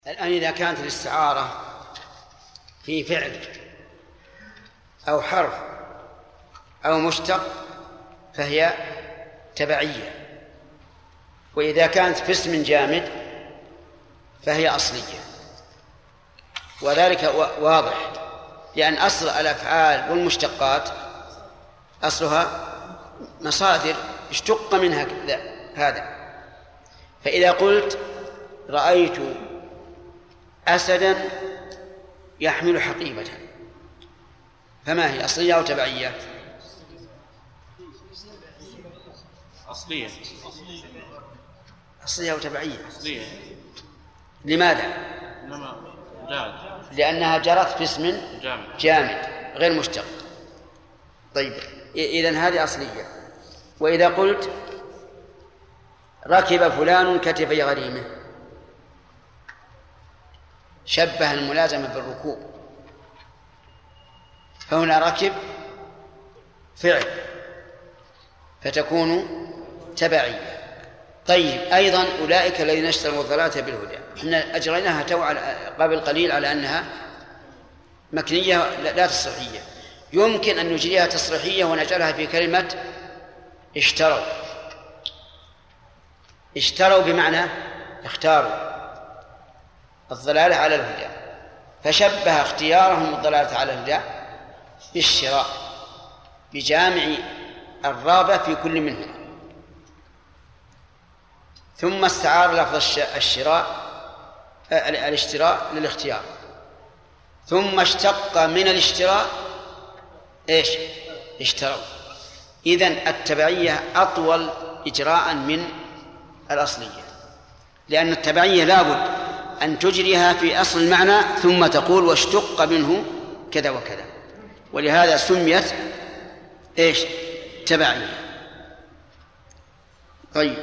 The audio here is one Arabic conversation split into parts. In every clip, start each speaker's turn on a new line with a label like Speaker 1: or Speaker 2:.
Speaker 1: الآن إذا كانت الاستعارة في فعل أو حرف أو مشتق فهي تبعية، وإذا كانت في اسم جامد فهي أصلية. وذلك واضح لأن أصل الأفعال والمشتقات أصلها مصادر اشتق منها هذا. فإذا قلت رأيت أسدا يحمل حقيبة فما هي، أصلية أو تبعية؟
Speaker 2: أصلية.
Speaker 1: أصلية أو تبعية؟
Speaker 2: أصلية.
Speaker 1: لماذا؟
Speaker 2: جامد.
Speaker 1: لأنها جرت في اسم جامد غير مشتق. طيب إذن هذه أصلية. وإذا قلت ركب فلان كتفي غريمه شبه الملازمة بالركوب، فهنا ركب فعل فتكون تبعية. طيب أيضا أولئك الذين اشتروا الضلالة بالهدى، احنا أجريناها قبل قليل على أنها مكنية لا تصريحية. يمكن أن نجريها تصريحية ونجعلها في كلمة اشتروا بمعنى اختاروا الضلالة على الهدى، فشبه اختيارهم الضلالة على الهدى بالشراء بجامع الرابة في كل منهما، ثم استعار لفظ الاشتراء للاختيار، ثم اشتق من الاشتراء اشتروا. إذن التبعية أطول إجراء من الأصلية، لأن التبعية لابد أن تجريها في أصل المعنى ثم تقول واشتق منه كذا وكذا، ولهذا سميت تبعية. طيب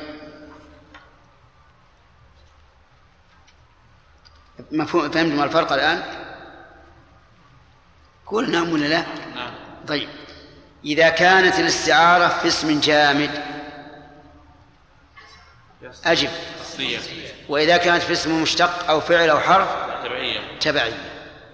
Speaker 1: مفهوم؟ فهمتم الفرق الآن؟ قول نعم ولا لا؟
Speaker 2: نعم.
Speaker 1: طيب إذا كانت الاستعارة في اسم جامد أجب. وإذا كانت في اسم مشتق أو فعل أو حرف تبعية.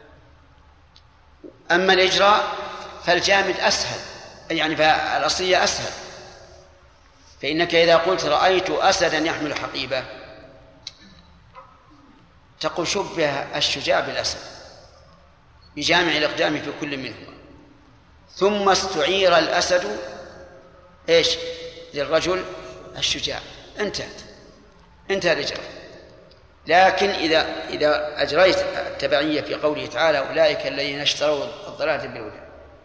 Speaker 1: أما الإجراء فالجامد أسهل، يعني فالأصلية أسهل. فإنك إذا قلت رأيت أسدا يحمل حقيبة تقول شبه الشجاع بالأسد بجامع الإقدام في كل منهما، ثم استعير الأسد للرجل الشجاع، انتهى الإجراء. لكن إذا أجريت التبعية في قوله تعالى أولئك الذين اشتروا الضلالة بالهدى،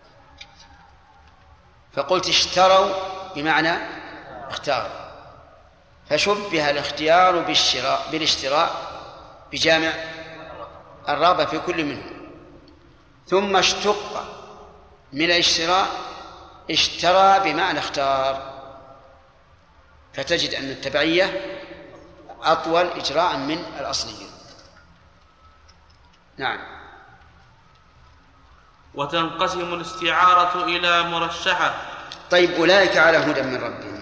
Speaker 1: فقلت اشتروا بمعنى اختاروا، فشبه الاختيار بالاشتراء بجامع الرابة في كل منهم، ثم اشتق من الاشتراء اشترى بمعنى اختار، فتجد أن التبعية أطول إجراء من الأصلية. نعم.
Speaker 2: وتنقسم الاستعارة إلى مرشحة.
Speaker 1: طيب أولئك على هدى من ربهم،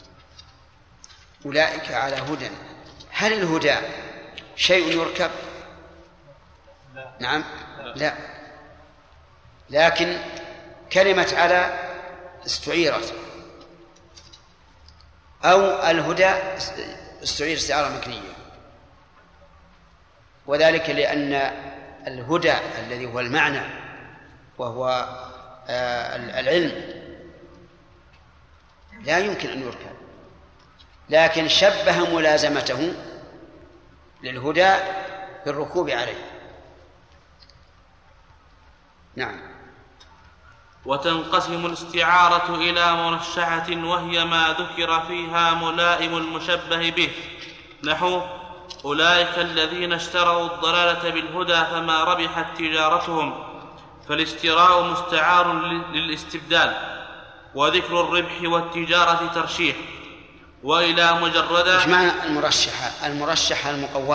Speaker 1: أولئك على هدى، هل الهدى شيء يركب؟ نعم لا، لكن كلمة على استعيرت، أو الهدى استعير استعارة مكنية، وذلك لأن الهدى الذي هو المعنى وهو العلم لا يمكن أن يركب، لكن شبه ملازمته للهدى بالركوب عليه. نعم.
Speaker 2: وتنقسم الاستعارة إلى مرشحة، وهي ما ذكر فيها ملائم المشبه به، نحو أولئك الذين اشتروا الضلالة بالهدى فما ربحت تجارتهم، فالاستراء مستعار للاستبدال، وذكر الربح والتجارة ترشيح. وإلى مجردة.
Speaker 1: إيش معنى المرشحة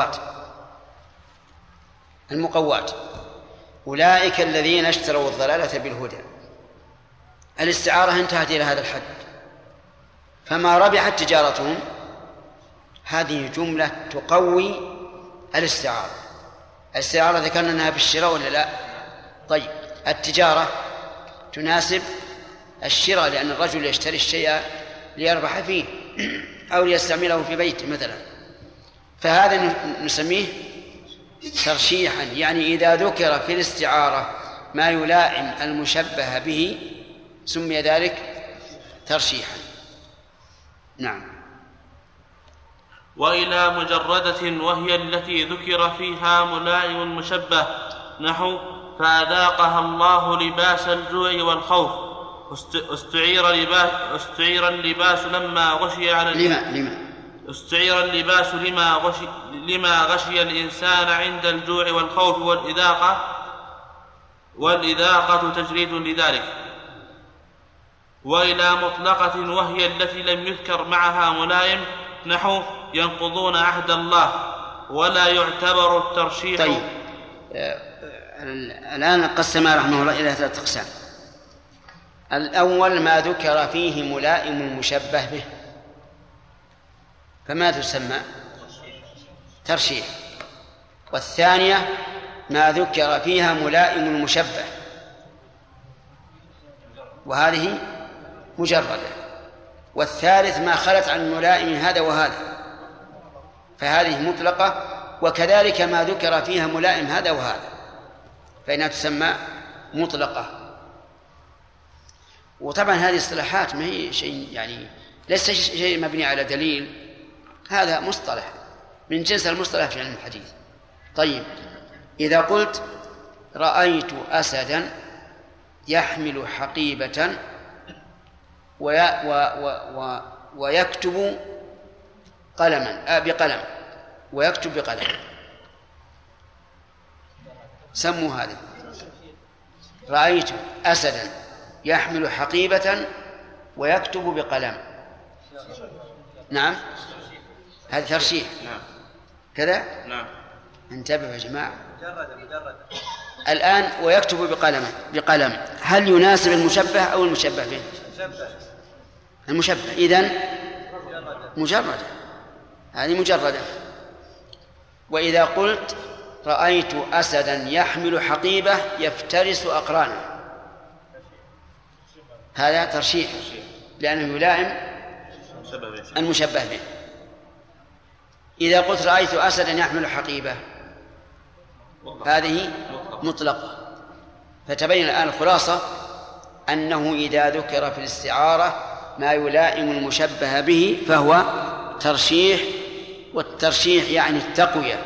Speaker 1: المقوات أولئك الذين اشتروا الضلالة بالهدى، الاستعارة انتهت إلى هذا الحد، فما ربحت تجارتهم هذه جملة تقوي الاستعارة. الاستعارة ذكرنا أنها بالشراء ولا لا؟ طيب التجارة تناسب الشراء، لأن الرجل يشتري الشيء ليربح فيه أو ليستعمله في بيته مثلا، فهذا نسميه ترشيحا، يعني إذا ذكر في الاستعارة ما يلائم المشبه به سمي ذلك ترشيحا. نعم.
Speaker 2: وإلى مجردة وهي التي ذكر فيها ملائم المشبه، نحو فأذاقها الله لباس الجوع والخوف، استعير اللباس لما غشي على استعير اللباس لما غشي الإنسان عند الجوع والخوف والإذاقة تجريد لذلك. وإلى مطلقة وهي التي لم يذكر معها ملائم، نحو ينقضون عهد الله، ولا يعتبر الترشيح.
Speaker 1: طيب الآن قسم رحمه الله إلى 3 أقسام. الأول ما ذكر فيه ملائم المشبه به، فما تسمى ترشيح. والثانية ما ذكر فيها ملائم المشبه، وهذه مجردة. والثالث ما خلت عن ملائم هذا وهذا، فهذه مطلقة. وكذلك ما ذكر فيها ملائم هذا وهذا فإنها تسمى مطلقة. وطبعا هذه اصطلاحات ما هي شيء، يعني ليس شيء مبني على دليل، هذا مصطلح من جنس المصطلح في علم الحديث. طيب إذا قلت رأيت أسدا يحمل حقيبة ويكتب بقلم ويكتب بقلم، سموا هذا. رأيت أسدا يحمل حقيبة ويكتب بقلم، نعم هذا ترشيح كذا.
Speaker 2: نعم.
Speaker 1: انتبهوا يا جماعة. الآن ويكتب بقلم هل يناسب المشبه أو المشبه به؟ المشبه. إذن مجردة، هذه مجردة. وإذا قلت رأيت أسدا يحمل حقيبة يفترس أقرانه، هذا ترشيح لأنه يلائم المشبه به. إذا قلت رأيت أسدا يحمل حقيبة هذه مطلقة. فتبين الآن الخلاصة أنه إذا ذكر في الاستعارة ما يلائم المشبه به فهو ترشيح، والترشيح يعني التقوية.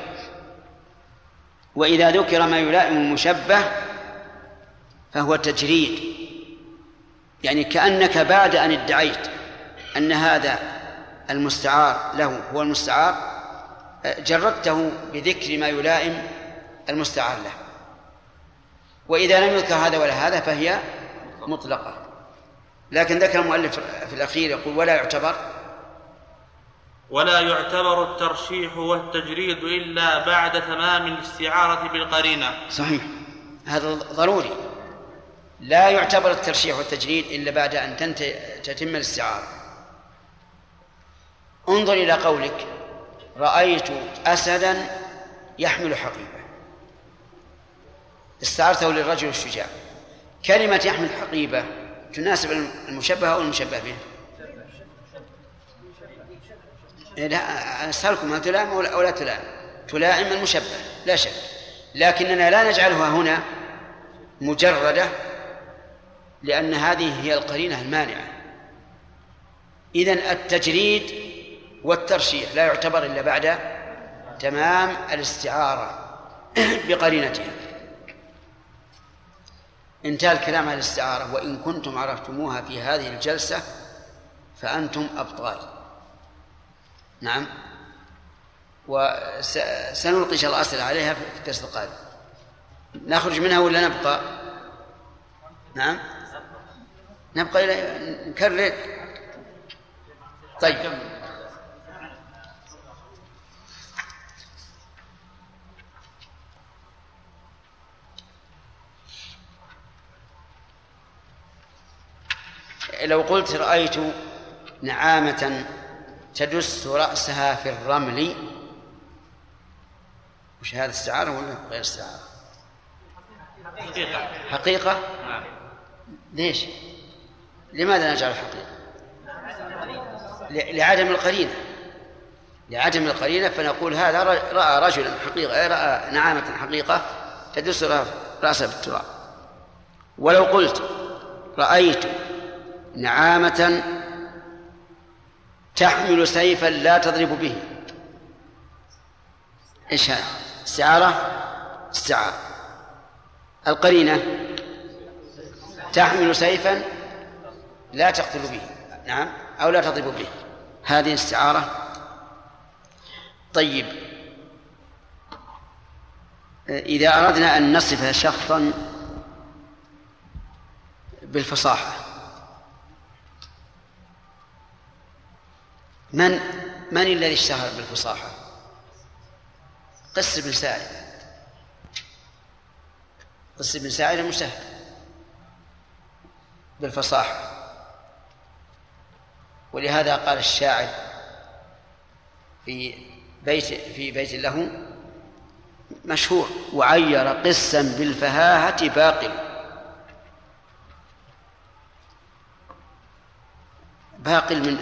Speaker 1: وإذا ذكر ما يلائم المشبه فهو تجريد، يعني كأنك بعد أن ادعيت أن هذا المستعار له هو المستعار جردته بذكر ما يلائم المستعار له. وإذا لم يذكر هذا ولا هذا فهي مطلقة. لكن ذكر المؤلف في الأخير يقول
Speaker 2: ولا يعتبر الترشيح والتجريد إلا بعد تمام الاستعارة بالقرينة.
Speaker 1: صحيح، هذا ضروري. لا يعتبر الترشيح والتجريد إلا بعد أن تتم الاستعارة. انظر إلى قولك رأيت أسدا يحمل حقيبة، استعرته للرجل الشجاع. كلمة يحمل حقيبة تناسب المشبه أو المشبه به؟ لا، أسألكم هل تلائم أو لا تلائم؟ تلائم المشبه لا شك، لكننا لا نجعلها هنا مجردة لأن هذه هي القرينة المانعة. إذن التجريد والترشيح لا يعتبر إلا بعد تمام الاستعارة بقرينتها. انتهى الكلام على الاستعارة. وإن كنتم عرفتموها في هذه الجلسة فأنتم أبطال. نعم. وسنلقي إن شاء الله أسئلة عليها في الدرس القادم. نخرج منها ولا نبقى؟ نعم نبقى إلى نكرر. طيب لو قلت رأيت نعامة تدس رأسها في الرمل، وش هذا، استعارة ولا غير استعارة؟
Speaker 2: حقيقة.
Speaker 1: نعم. ليش؟ لماذا نجعل الحقيقة؟ لعدم القرينة فنقول هذا رأى رجلا حقيقة، رأى نعامة حقيقة تدس رأسه بالتراب. ولو قلت رأيت نعامة تحمل سيفا لا تضرب به، إيش هذا؟ استعارة. القرينة تحمل سيفا لا تقتل به، نعم، أو لا تضرب به، هذه استعارة. طيب، إذا أردنا أن نصف شخصا بالفصاحة، من الذي اشتهر بالفصاحة؟ قس بن ساعدة مشتهر بالفصاحة. ولهذا قال الشاعر في بيت له مشهور: وعير قسا بالفهاهة باقل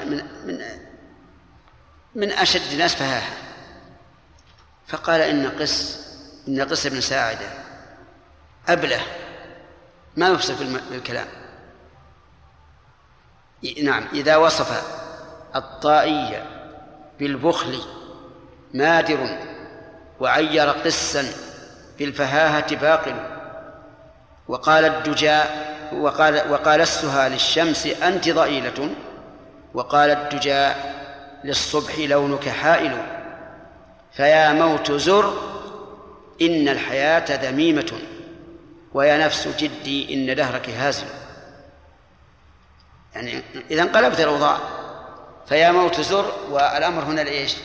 Speaker 1: من أشد الناس فهاهة، فقال إن قس بن ساعدة أبله، ما يفصل في الكلام. نعم، إذا وصف الطائي بالبخل مادر وعير قسا بالفهاهة باقل، وقال السها للشمس أنت ضئيلة، وقال الدجى للصبح لونك حائل، فيا موت زر إن الحياة ذميمة، ويا نفس جدي إن دهرك هازل. يعني إذا انقلبت الأوضاع، فيا موت زر، والأمر هنا لإيش؟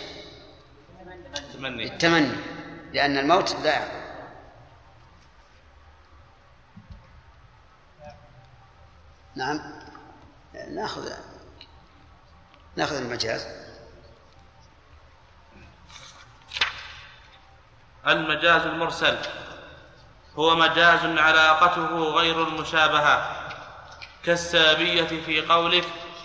Speaker 1: التمني، لأن الموت لا يعقل. نعم، نأخذ المجاز.
Speaker 2: المجاز المرسل هو مجاز علاقته غير المشابهة، كالسابية في قولك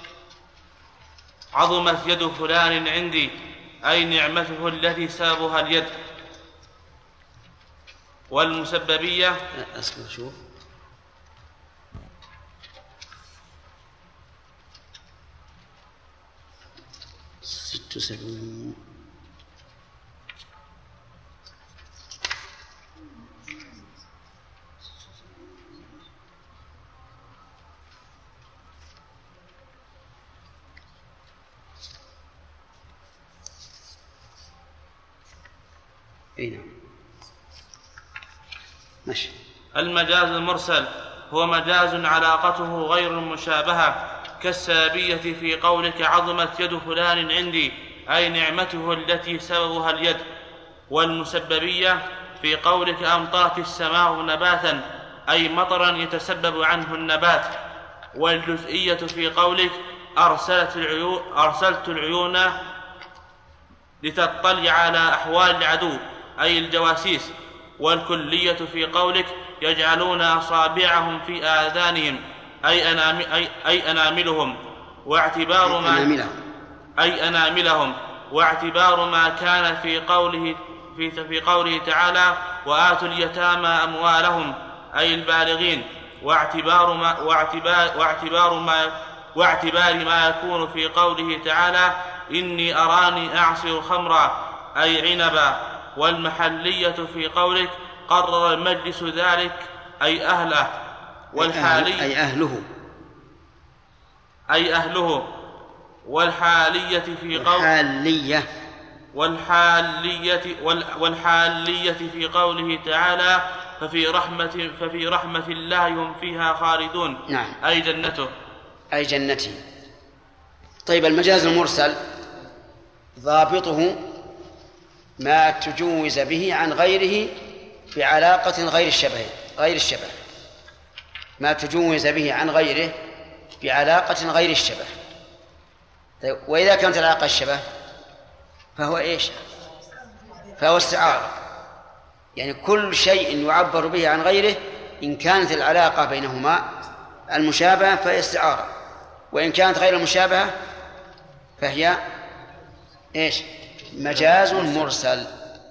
Speaker 2: عظمت يد فلان عندي، أي نعمته التي سابها اليد. والمسببية
Speaker 1: شوف ست سبعين. ماشي.
Speaker 2: المجاز المرسل هو مجاز علاقته غير المشابهة، كالسابية في قولك عظمت يد فلان عندي، أي نعمته التي سببها اليد. والمسببية في قولك أمطرت السماء نباتا، أي مطرا يتسبب عنه النبات. والجزئية في قولك أرسلت العيون لتطلع على أحوال العدو، أي الجواسيس. والكلية في قولك يجعلون أصابعهم في آذانهم، أي أناملهم، واعتبار ما كان في قوله تعالى وآتوا اليتامى أموالهم، أي البالغين. واعتبار ما يكون في قوله تعالى إني أراني أعصر خمرا، أي عنبا. والمحلية في قولك قرر المجلس ذلك، أي أهله. أي أهله. والحالية في قوله والحالية في قوله تعالى ففي رحمة الله هم فيها خالدون.
Speaker 1: نعم.
Speaker 2: أي جنته.
Speaker 1: طيب، المجاز المرسل ضابطه ما تجوز به عن غيره بعلاقة غير الشبه، ما تجوز به عن غيره بعلاقة غير الشبه. طيب، وإذا كانت العلاقة الشبه فهو إيش؟ فهو استعارة. يعني كل شيء يعبر به عن غيره إن كانت العلاقة بينهما المشابهة فهي استعارة، وإن كانت غير المشابهة فهي إيش؟ مجاز مرسل.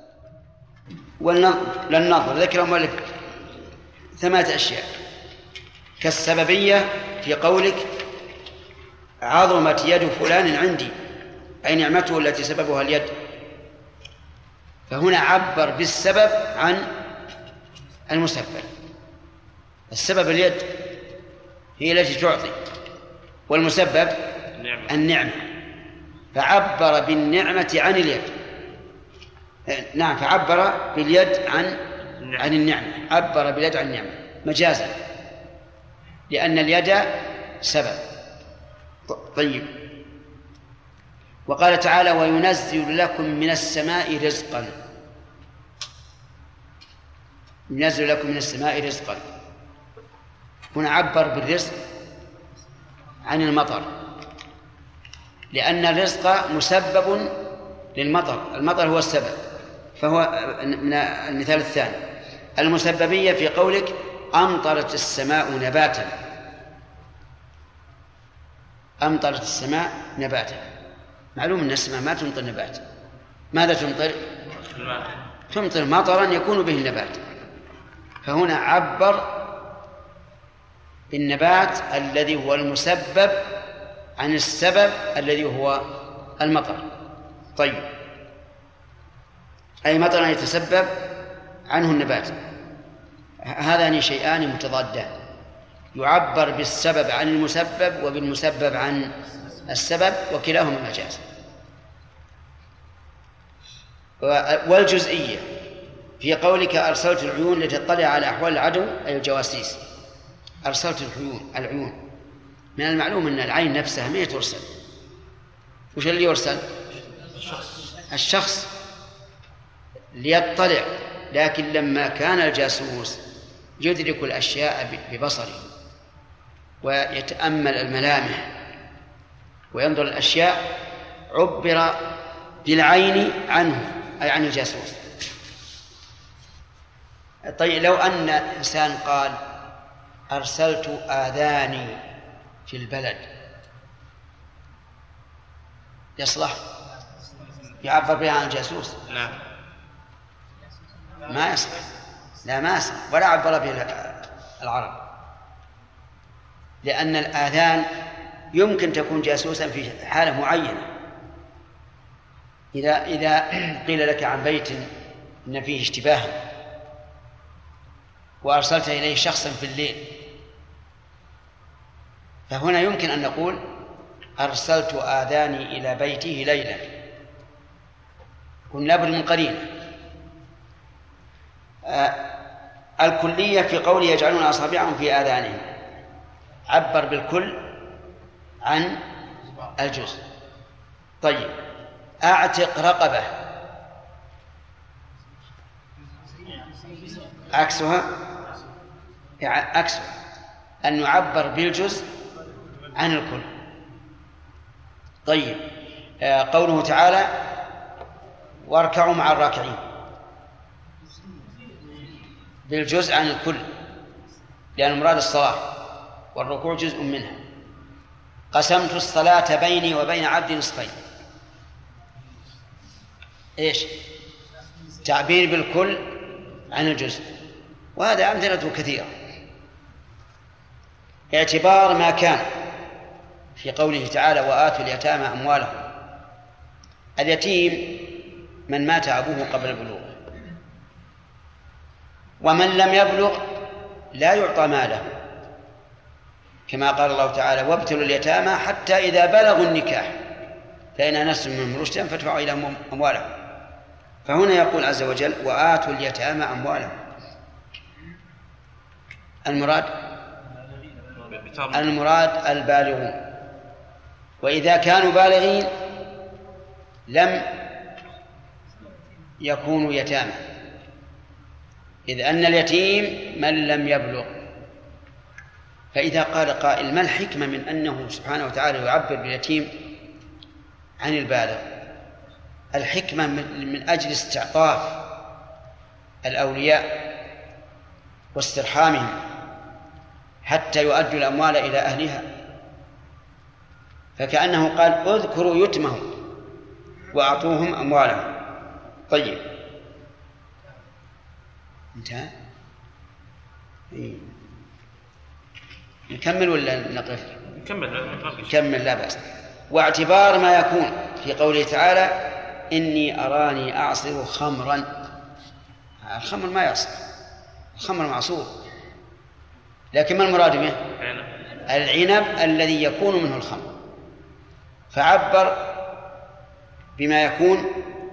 Speaker 1: للنظر ذكر المؤلف 8 أشياء كالسببية في قولك عظمت يد فلان عندي، أي نعمته التي سببها اليد، فهنا عبر بالسبب عن المسبب. السبب اليد هي التي تعطي، والمسبب النعمة، فعبر بالنعمة عن اليد. نعم، فعبر باليد عن النعمة، عبر باليد عن النعمة مجازا لأن اليد سبب. طيب، وقال تعالى وينزل لكم من السماء رزقا، ينزل لكم من السماء رزقا، هنا عبر بالرزق عن المطر، لأن الرزق مسبب للمطر، المطر هو السبب، فهو من المثال الثاني. المسببية في قولك أمطرت السماء نباتا، أمطرت السماء نباتا، معلوم أن السماء ما تمطر نبات. ماذا تمطر؟ تمطر مطرا يكون به النبات، فهنا عبر بالنبات الذي هو المسبب عن السبب الذي هو المطر. طيب، أي مطرا يتسبب عنه النبات. هذان شيئان متضادان، يعبر بالسبب عن المسبب وبالمسبب عن السبب، وكلاهما مجاز. والجزئية في قولك أرسلت العيون لتطلع على أحوال العدو، أي الجواسيس. أرسلت العيون، من المعلوم أن العين نفسها ما ترسل. وش اللي يرسل؟ الشخص ليطلع، لكن لما كان الجاسوس يدرك الأشياء ببصره ويتأمل الملامح وينظر الأشياء، عبر بالعين عنه، أي عن الجاسوس. طيب، لو أن إنسان قال أرسلت آذاني في البلد، يصلح يعبر بها عن الجاسوس؟
Speaker 2: لا،
Speaker 1: ما يصلح، لا ما يصلح، ولا عبر بها العرب، لأن الآذان يمكن تكون جاسوسا في حالة معينة. إذا قيل لك عن بيت إن فيه اشتباها وأرسلت إليه شخصا في الليل، فهنا يمكن أن نقول أرسلت آذاني إلى بيته ليلا، كن لابد من قرينة. الكلية في قوله يجعلون أصابعهم في آذانهم، عبر بالكل عن الجزء. طيب، أعتق رقبة، عكسها أن يعبر بالجزء عن الكل. طيب، قوله تعالى واركعوا مع الراكعين، بالجزء عن الكل، لأن مراد الصلاة والركوع جزء منها. قسمت الصلاة بيني وبين عبدي نصفين، إيش؟ تعبير بالكل عن الجزء، وهذا أمثلته كثيرة. اعتبار ما كان في قوله تعالى وآتوا اليتامى أموالهم، اليتيم من مات أبوه قبل البلوغ، ومن لم يبلغ لا يعطى ماله، كما قال الله تعالى وابتلوا اليتامى حتى إذا بلغوا النكاح فإن أنستم منهم رشدا فادفعوا إليهم أموالهم. فهنا يقول عز وجل وآتوا اليتامى أموالهم، المراد البالغون، وإذا كانوا بالغين لم يكونوا يتامى، إذ أن اليتيم من لم يبلغ. فإذا قال قائل ما الحكمة من أنه سبحانه وتعالى يعبر باليتيم عن البالغ؟ الحكمة من أجل استعطاف الأولياء واسترحامهم حتى يؤدوا الأموال إلى أهلها، فكأنه قال اذكروا يتمهم وأعطوهم أموالهم. طيب انتهى؟ نكمل ولا نقف؟ نكمل لا بأس. واعتبار ما يكون في قوله تعالى إني أراني أعصر خمرا. الخمر ما يعصر، الخمر معصور، لكن ما المراد به؟ العنب الذي يكون منه الخمر، فعبر بما يكون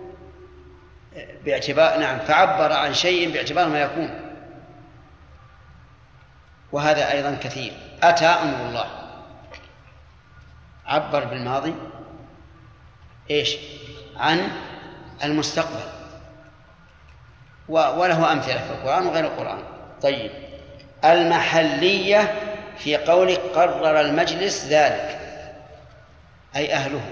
Speaker 1: باعتبار فعبر عن شيء باعتبار ما يكون، وهذا أيضا كثير. أتى أمر الله، عبر بالماضي عن المستقبل، وله أمثلة في القرآن وغير القرآن. طيب المحلية في قولك قرر المجلس ذلك أي أهله،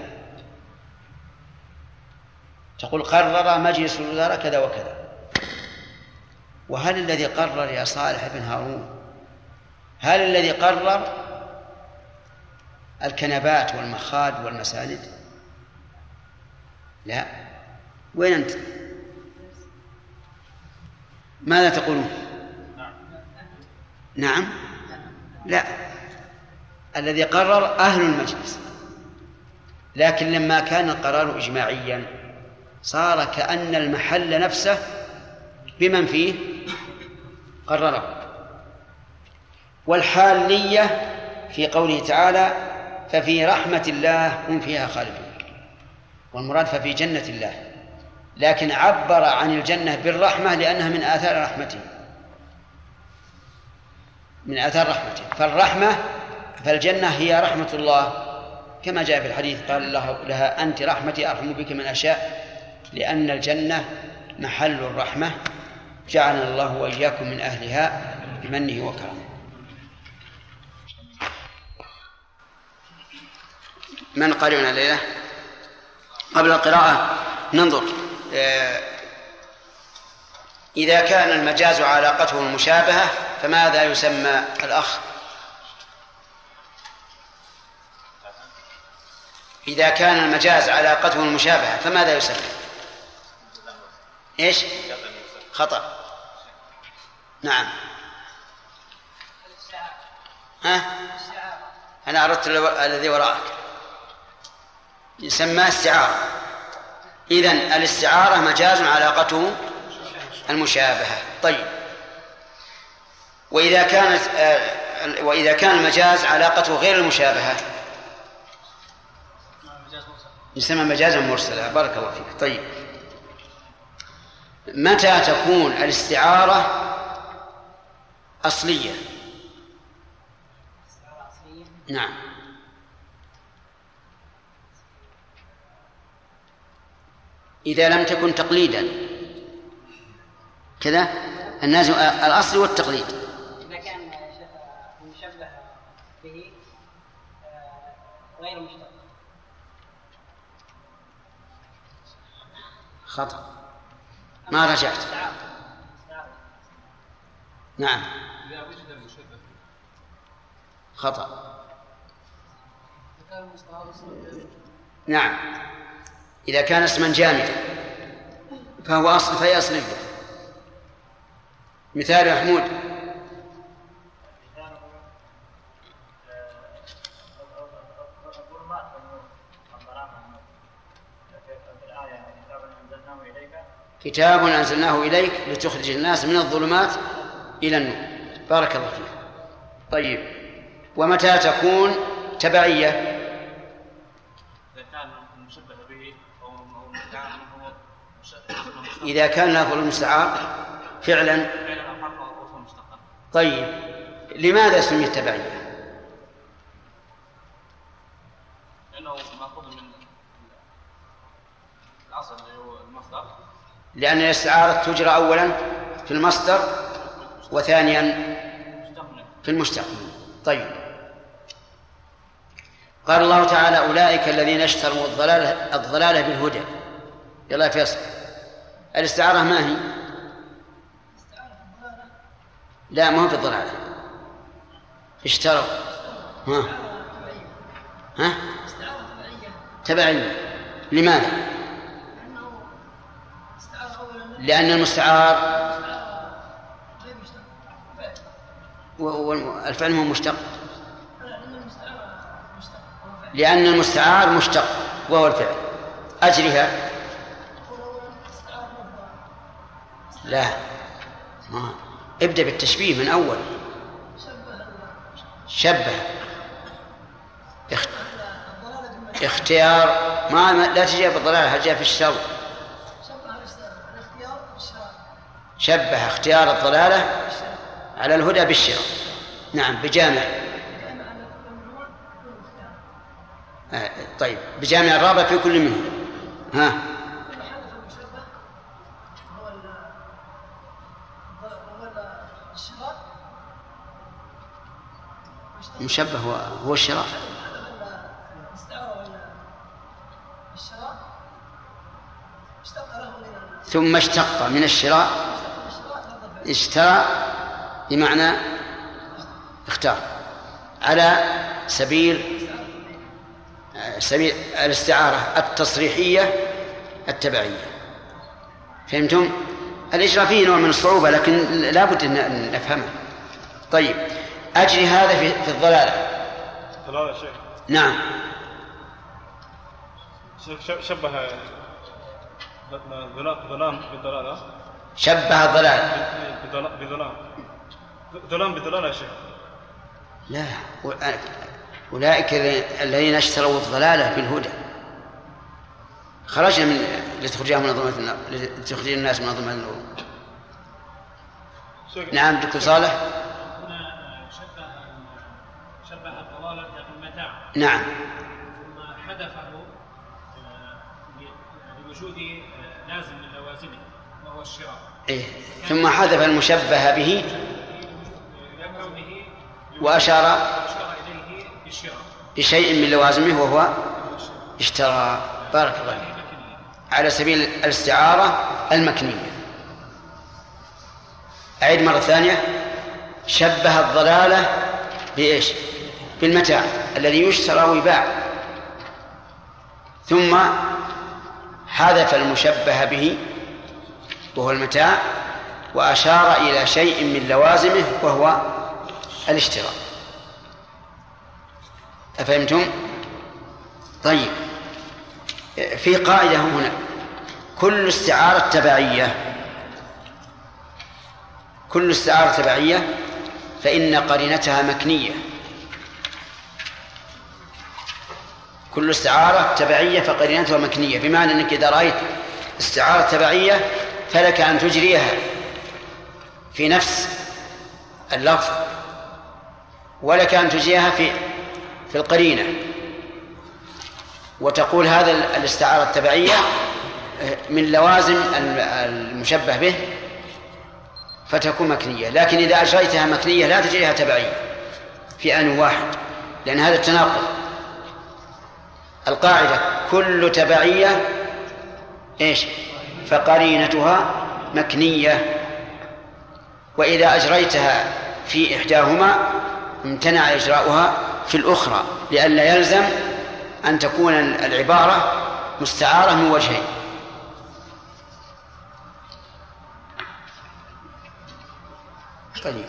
Speaker 1: تقول قرر مجلس الوزراء كذا وكذا، وهل الذي قرر يا صالح بن هارون هل الذي قرر الكنبات والمخاد والمساند؟ لا. وين أنت؟ ماذا تقولون؟ نعم لا، الذي قرر أهل المجلس، لكن لما كان القرار إجماعيا صار كأن المحل نفسه بمن فيه قرره. والحالية في قوله تعالى ففي رحمة الله هم فيها خالدون، والمراد ففي جنة الله، لكن عبر عن الجنة بالرحمة لأنها من آثار رحمته، من آثار رحمته. فالرحمة فالجنة هي رحمة الله، كما جاء في الحديث قال الله لها أنت رحمتي أرحم بك من أشاء، لأن الجنة محل الرحمة، جعلنا الله وإياكم من أهلها بمنه وكرمه. من قرئنا الليلة؟ قبل القراءة ننظر إذا كان المجاز علاقته المشابهة فماذا يسمى الأخ؟ إذا كان المجاز علاقته المشابهة فماذا يسمى؟ خطأ. نعم. أنا أردت الذي وراءك، يسمى استعارة. إذن الاستعارة مجاز علاقته المشابهة. طيب وإذا كان المجاز علاقته غير المشابهة يسمى مجازا مرسلا. بارك الله فيك. طيب متى تكون الاستعارة أصلية؟ نعم. إذا لم تكن تقليدا كذا، الناس الأصل والتقليد.
Speaker 3: إذا كان المشبه به غير مشتق.
Speaker 1: خطأ، ما رجعت. نعم خطأ. نعم إذا كان اسما جامدا فهو أصل، فهي أصلية. مثال يا محمود. كتاب أنزلناه إليك لتخرج الناس من الظلمات إلى النور. بارك الله فيك. طيب ومتى تكون تبعية؟ إذا كان لفظ المستعار فعلا. طيب لماذا سميت تبعية؟
Speaker 2: لأنه مأخوذ من الأصل اللي هو المصدر،
Speaker 1: لأن الاستعارة تجرى أولا في المصدر وثانيا في المشتق. طيب قال الله تعالى أولئك الذين اشتروا الضلالة بالهدى. يلا يا فيصل، الاستعارة ما هي؟ لا ما هو في الضلالة. اشتروا. ها تبعية. لماذا؟ لأن المستعار والفعل هو مشتق. لأن المستعار مشتق وهو الفعل. أجرها. لا ابدأ بالتشبيه من أول. شبه اختيار لا تجي بالضلالة، جاء في الشر. شبه اختيار الضلالة على الهدى بالشر. نعم بجامع. طيب بجامع الرابع في كل منهم. ها مشبه هو الشراء. ثم اشتق من الشراء. اشترى بمعنى اختار على سبيل الاستعارة التصريحية التبعية. فهمتم؟ الإجراء فيه نوع من الصعوبة لكن لا بد أن نفهمه. طيب أجري هذا في الضلالة.
Speaker 4: شيخ.
Speaker 1: نعم.
Speaker 4: شبه ظلام بالضلالة.
Speaker 1: شبه الضلال
Speaker 4: ظلام بالضلالة يا شيخ.
Speaker 1: لا أولئك الذين اشتروا الضلالة بالهدى. خرجنا من لتخرج الناس من ظلمات النور. نعم دكتور صالح.
Speaker 5: هنا شبه الضلالة بالمتاع.
Speaker 1: نعم.
Speaker 5: ثم حذفه لوجود لازم من لوازمه وهو الشراء.
Speaker 1: ثم حذف المشبه به وأشار
Speaker 5: إليه بالشراء
Speaker 1: بشيء من لوازمه وهو اشترى. بارك الله فيك. على سبيل الاستعارة المكنية. أعيد مرة ثانية. شبه الضلالة بإيش؟ بالمتاع الذي يشترى ويباع. ثم حذف المشبه به وهو المتاع وأشار إلى شيء من لوازمه وهو الاشتراء. أفهمتم؟ طيب في قاعدة هنا. كل استعارة تبعية فإن قرينتها مكنية. كل استعارة تبعية فقرينتها مكنية، بمعنى أنك إذا رأيت استعارة تبعية فلك أن تجريها في نفس اللفظ ولك أن تجريها في القرينة وتقول هذا الاستعارة التبعية من لوازم المشبه به فتكون مكنية. لكن إذا أجريتها مكنية لا تجريها تبعية في آن واحد لأن هذا التناقض. القاعدة كل تبعية فقرينتها مكنية. وإذا أجريتها في إحداهما امتنع إجراؤها في الأخرى لئلا يلزم أن تكون العبارة مستعارة من وجهين. طيب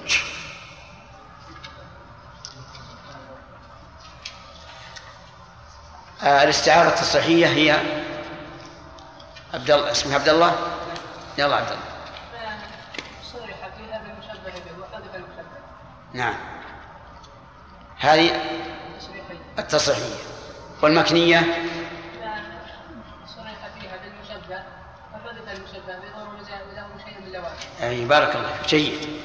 Speaker 1: الاستعارة التصريحية هي عبد الله. اسمه عبد الله. يلا عبد الله.
Speaker 3: صرح في هذا المشبه به وحذف المشبه.
Speaker 1: نعم هذه التصريحية. والمكنية
Speaker 3: صرح فيها بالمشبه وحذف المشبه به له شيء من لوازم.
Speaker 1: أي بارك الله فيك. جيد.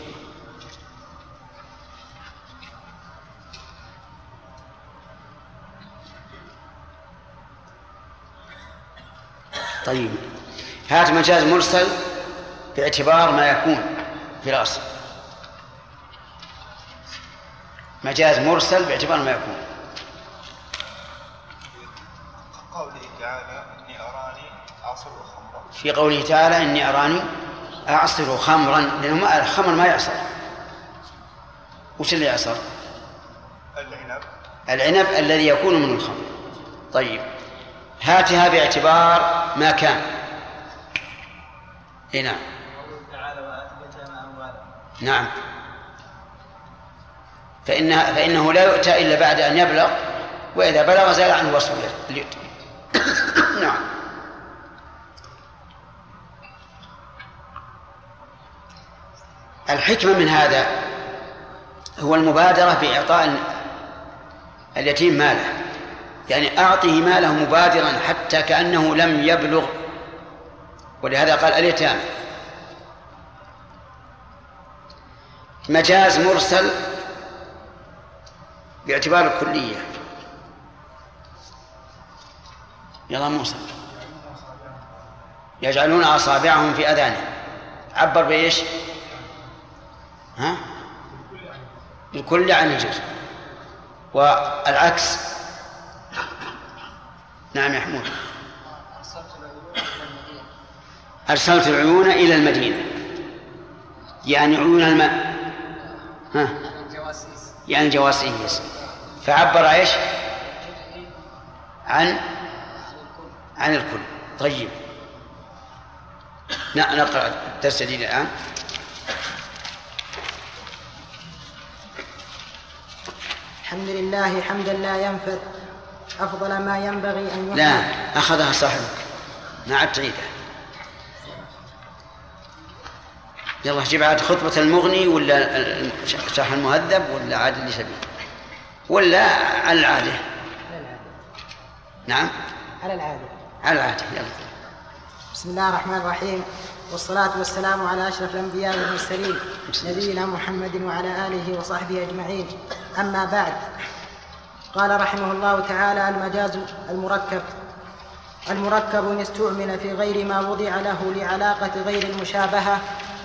Speaker 1: طيب هات مجاز مرسل باعتبار ما يكون في الأصل. مجاز مرسل باعتبار ما يكون.
Speaker 4: في قوله تعالى إني أراني أعصر خمرا.
Speaker 1: في قوله تعالى إني أراني أعصر خمرا لأنه الخمر ما يعصر وش اللي يعصر؟ العنب الذي يكون من الخمر. طيب هاتها باعتبار ما كان. نعم نعم، فإنه لا يؤتى إلا بعد أن يبلغ، وإذا بلغ زال عنه وصف اليد. نعم. الحكمة من هذا هو المبادرة بإعطاء اليتيم ماله، يعني أعطه ماله مبادرا حتى كأنه لم يبلغ، ولهذا قال اليتامى. مجاز مرسل باعتبار الكلية. يلا موسى. يجعلون أصابعهم في أذانهم، عبر بإيش؟ ها؟ الكل عن الجزء. والعكس. نعم يا حمود. أرسلت العيون إلى المدينة، يعني عيون الماء، ها؟ يعني جواسيس، فعبر ايش؟ عن الكل. طيب نقرأ الدرس الجديد الآن.
Speaker 6: الحمد لله حمدا لا ينفد، أفضل ما ينبغي أن يحمد.
Speaker 1: لا، أخذها صاحبك، ما عاد تعيدها. يلا جيب عاد خطبة المغني ولا شرح المهذب ولا عاد اللي شبيه ولا على العادة؟ نعم
Speaker 6: على العادة.
Speaker 1: على العادة. يلا.
Speaker 6: بسم الله الرحمن الرحيم، والصلاة والسلام على أشرف الأنبياء والمرسلين نبينا محمد وعلى آله وصحبه أجمعين. أما بعد، قال رحمه الله تعالى: المجاز المركب إن استعمل في غير ما وضع له لعلاقة غير المشابهة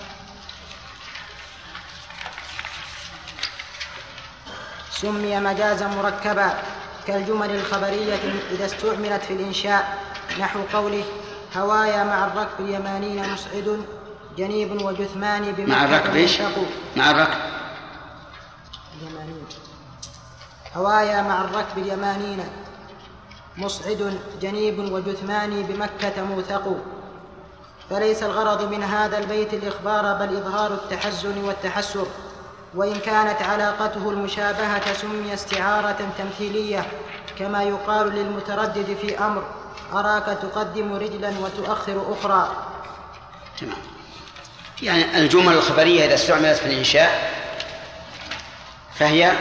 Speaker 6: سمي مجازا مركبا، كالجمل الخبرية إذا استعملت في الإنشاء، نحو قوله: هوايا مع الركب اليمانين مسعد جنيب وجثمان بمكة.
Speaker 1: مع الركب ايش؟ مع الركب
Speaker 6: اليمانين. هوايا مع الركب اليمانين مسعد جنيب وجثمان بمكة موثق. فليس الغرض من هذا البيت الإخبار، بل إظهار التحزن والتحسر، وإن كانت علاقته المشابهة سمي استعارة تمثيلية، كما يقال للمتردد في أمر: أراك تقدم رجلا وتؤخر أخرى.
Speaker 1: تمام. يعني الجمل الخبرية إذا استعملت في الإنشاء فهي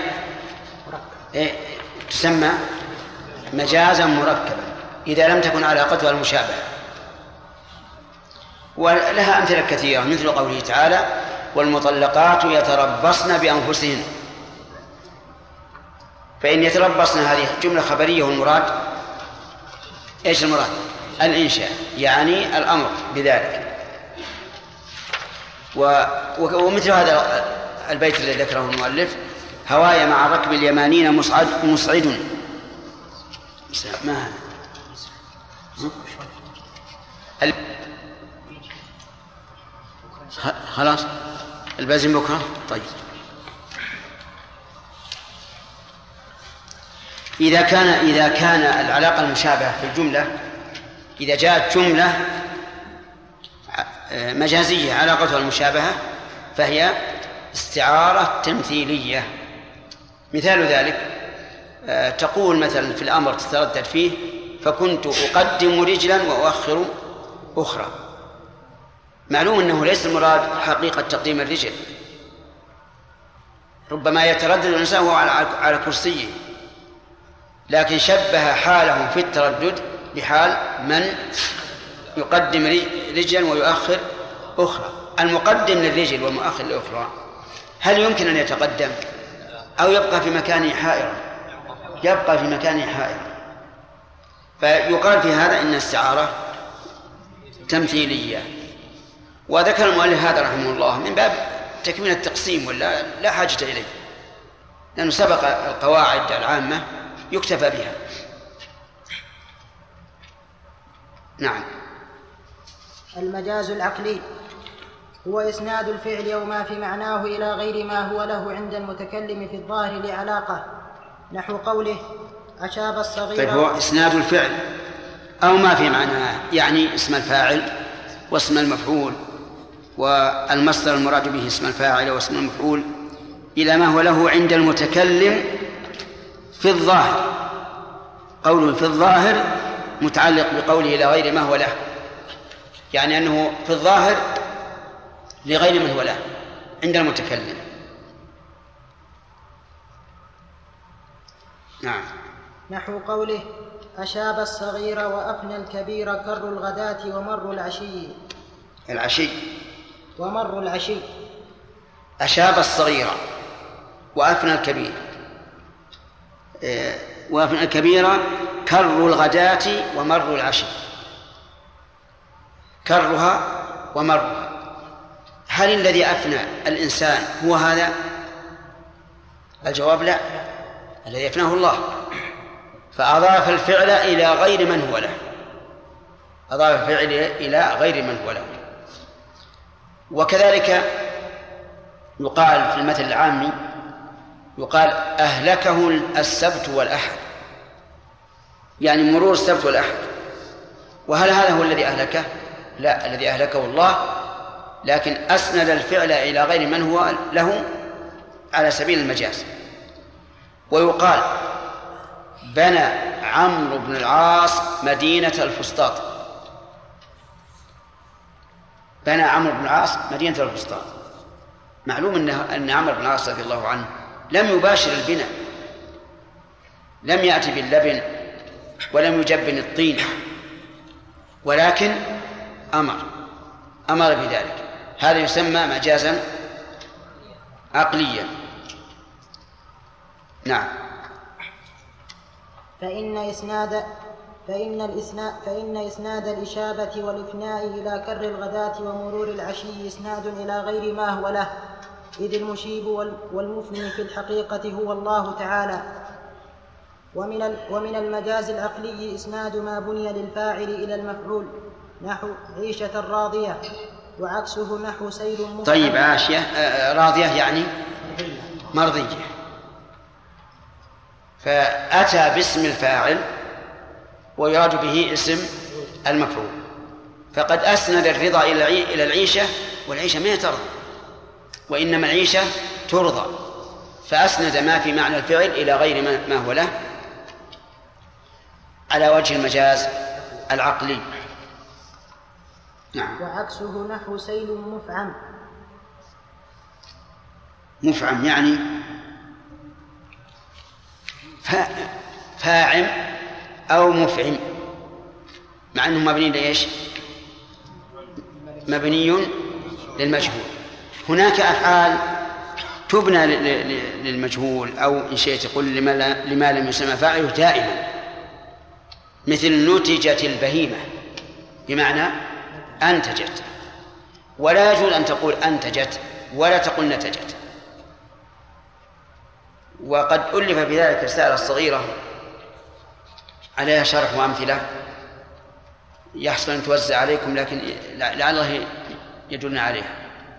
Speaker 1: تسمى مجازا مركبا إذا لم تكن علاقتها المشابهة. ولها أمثلة كثيرة، مثل قوله تعالى: والمطلقات يتربصن بأنفسهن. فإن يتربصن هذه جملة خبرية، والمراد إيش المراد؟ الإنشاء، يعني الأمر بذلك. ومثل هذا البيت الذي ذكره المؤلف: هوايا مع الركب اليمانين مسعد. ما هذا؟ خلاص البازم بكرة. طيب إذا كان العلاقة المشابهة في الجملة، إذا جاءت جملة مجازية علاقتها المشابهة فهي استعارة تمثيلية. مثال ذلك تقول مثلا في الأمر تتردد فيه: فكنت أقدم رجلا وأؤخر أخرى. معلوم أنه ليس المراد حقيقة تقديم الرجل، ربما يتردد الإنسان وهو على كرسيه، لكن شبه حاله في التردد بحال من يقدم رجلا ويؤخر أخرى. المقدم للرجل والمؤخر للأخرى هل يمكن أن يتقدم أو يبقى في مكانه حائرا؟ يبقى في مكانه حائرا. فيقال في هذا إن السعارة تمثيلية. وذكر المؤلف هذا رحمه الله من باب تكميل التقسيم، ولا لا حاجة إليه، لأنه سبق القواعد العامة يكتفى بها. نعم.
Speaker 6: المجاز العقلي هو إسناد الفعل وما في معناه إلى غير ما هو له عند المتكلم في الظاهر لعلاقة، نحو قوله أشاب الصغير.
Speaker 1: طيب هو إسناد الفعل أو ما في معناه، يعني اسم الفاعل واسم المفعول والمصدر المراد به اسم الفاعل واسم المفعول إلى ما هو له عند المتكلم في الظاهر. قوله في الظاهر متعلق بقوله إلى غير ما هو له، يعني أنه في الظاهر لغير من هو له عند المتكلم. نعم.
Speaker 6: نحو قوله أشاب الصغير وأفنى الكبير كر الغداة ومر العشي. ومر العشي.
Speaker 1: أشاب الصغير وأفنى الكبير، وأفنى الكبير كر الغداة ومر العشي. كرها ومرها، هل الذي أفنى الإنسان هو هذا؟ الجواب لا، الذي أفناه الله، فأضاف الفعل إلى غير من هو له، أضاف الفعل إلى غير من هو له. وكذلك يقال في المثل العامي يقال أهلكه السبت والأحد، يعني مرور السبت والأحد. وهل هذا هو الذي أهلكه؟ لا، الذي أهلكه الله، لكن أسند الفعل إلى غير من هو له على سبيل المجاز. ويقال بنى عمرو بن العاص مدينة الفسطاط. بنى عمرو بن العاص مدينة الفسطاط. معلوم أن عمرو بن العاص رضي الله عنه لم يباشر البناء، لم يأتي باللبن ولم يجبن الطين، ولكن أمر بذلك. هذا يسمى مجازا عقليا. نعم.
Speaker 6: فإن إسناد الإشابة والإفناء إلى كر الغداة ومرور العشي إسناد إلى غير ما هو له، إذ المشيب والمفني في الحقيقة هو الله تعالى. ومن المجاز العقلي إسناد ما بني للفاعل إلى المفعول، نحو عيشة راضية، وعكسه نحو سير مفعل.
Speaker 1: طيب، عاشية راضية يعني مرضية، فأتى باسم الفاعل ويراد به اسم المفعول، فقد أسند الرضا إلى العيشة، والعيشة ما ترضى، وإنما العيشة ترضى، فأسند ما في معنى الفعل إلى غير ما هو له على وجه المجاز العقلي. نعم.
Speaker 6: وعكسه نحو سيل مفعم.
Speaker 1: مفعم يعني فاعم أو مفعم، مع أنه مبني لإيش؟ مبني للمجهول. هناك أفعال تبنى للمجهول، أو إن شئت تقول لما لم يسمى فاعله دائما، مثل نتجت البهيمة بمعنى أنتجت، ولا يجوز أن تقول أنتجت ولا تقول نتجت. وقد ألف بذلك رسالة صغيرة عليها شرح وأمثلة، يحصل أن توزع عليكم، لكن لعله يدلنا عليها.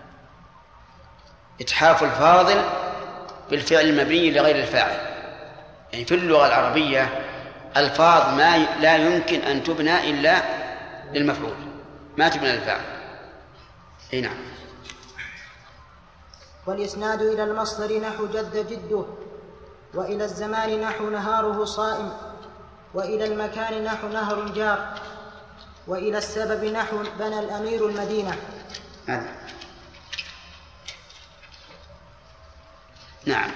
Speaker 1: إتحاف الفاضل بالفعل المبني لغير الفاعل. يعني في اللغة العربية الفاظ لا يمكن أن تبنى إلا للمفعول، ما تبنى للفاعل. أي نعم.
Speaker 6: والإسناد إلى المصدر نحو جد جده، وإلى الزمان نحو نهاره صائم، وإلى المكان نحو نهر جار، وإلى السبب نحو بنى الأمير المدينة.
Speaker 1: نعم.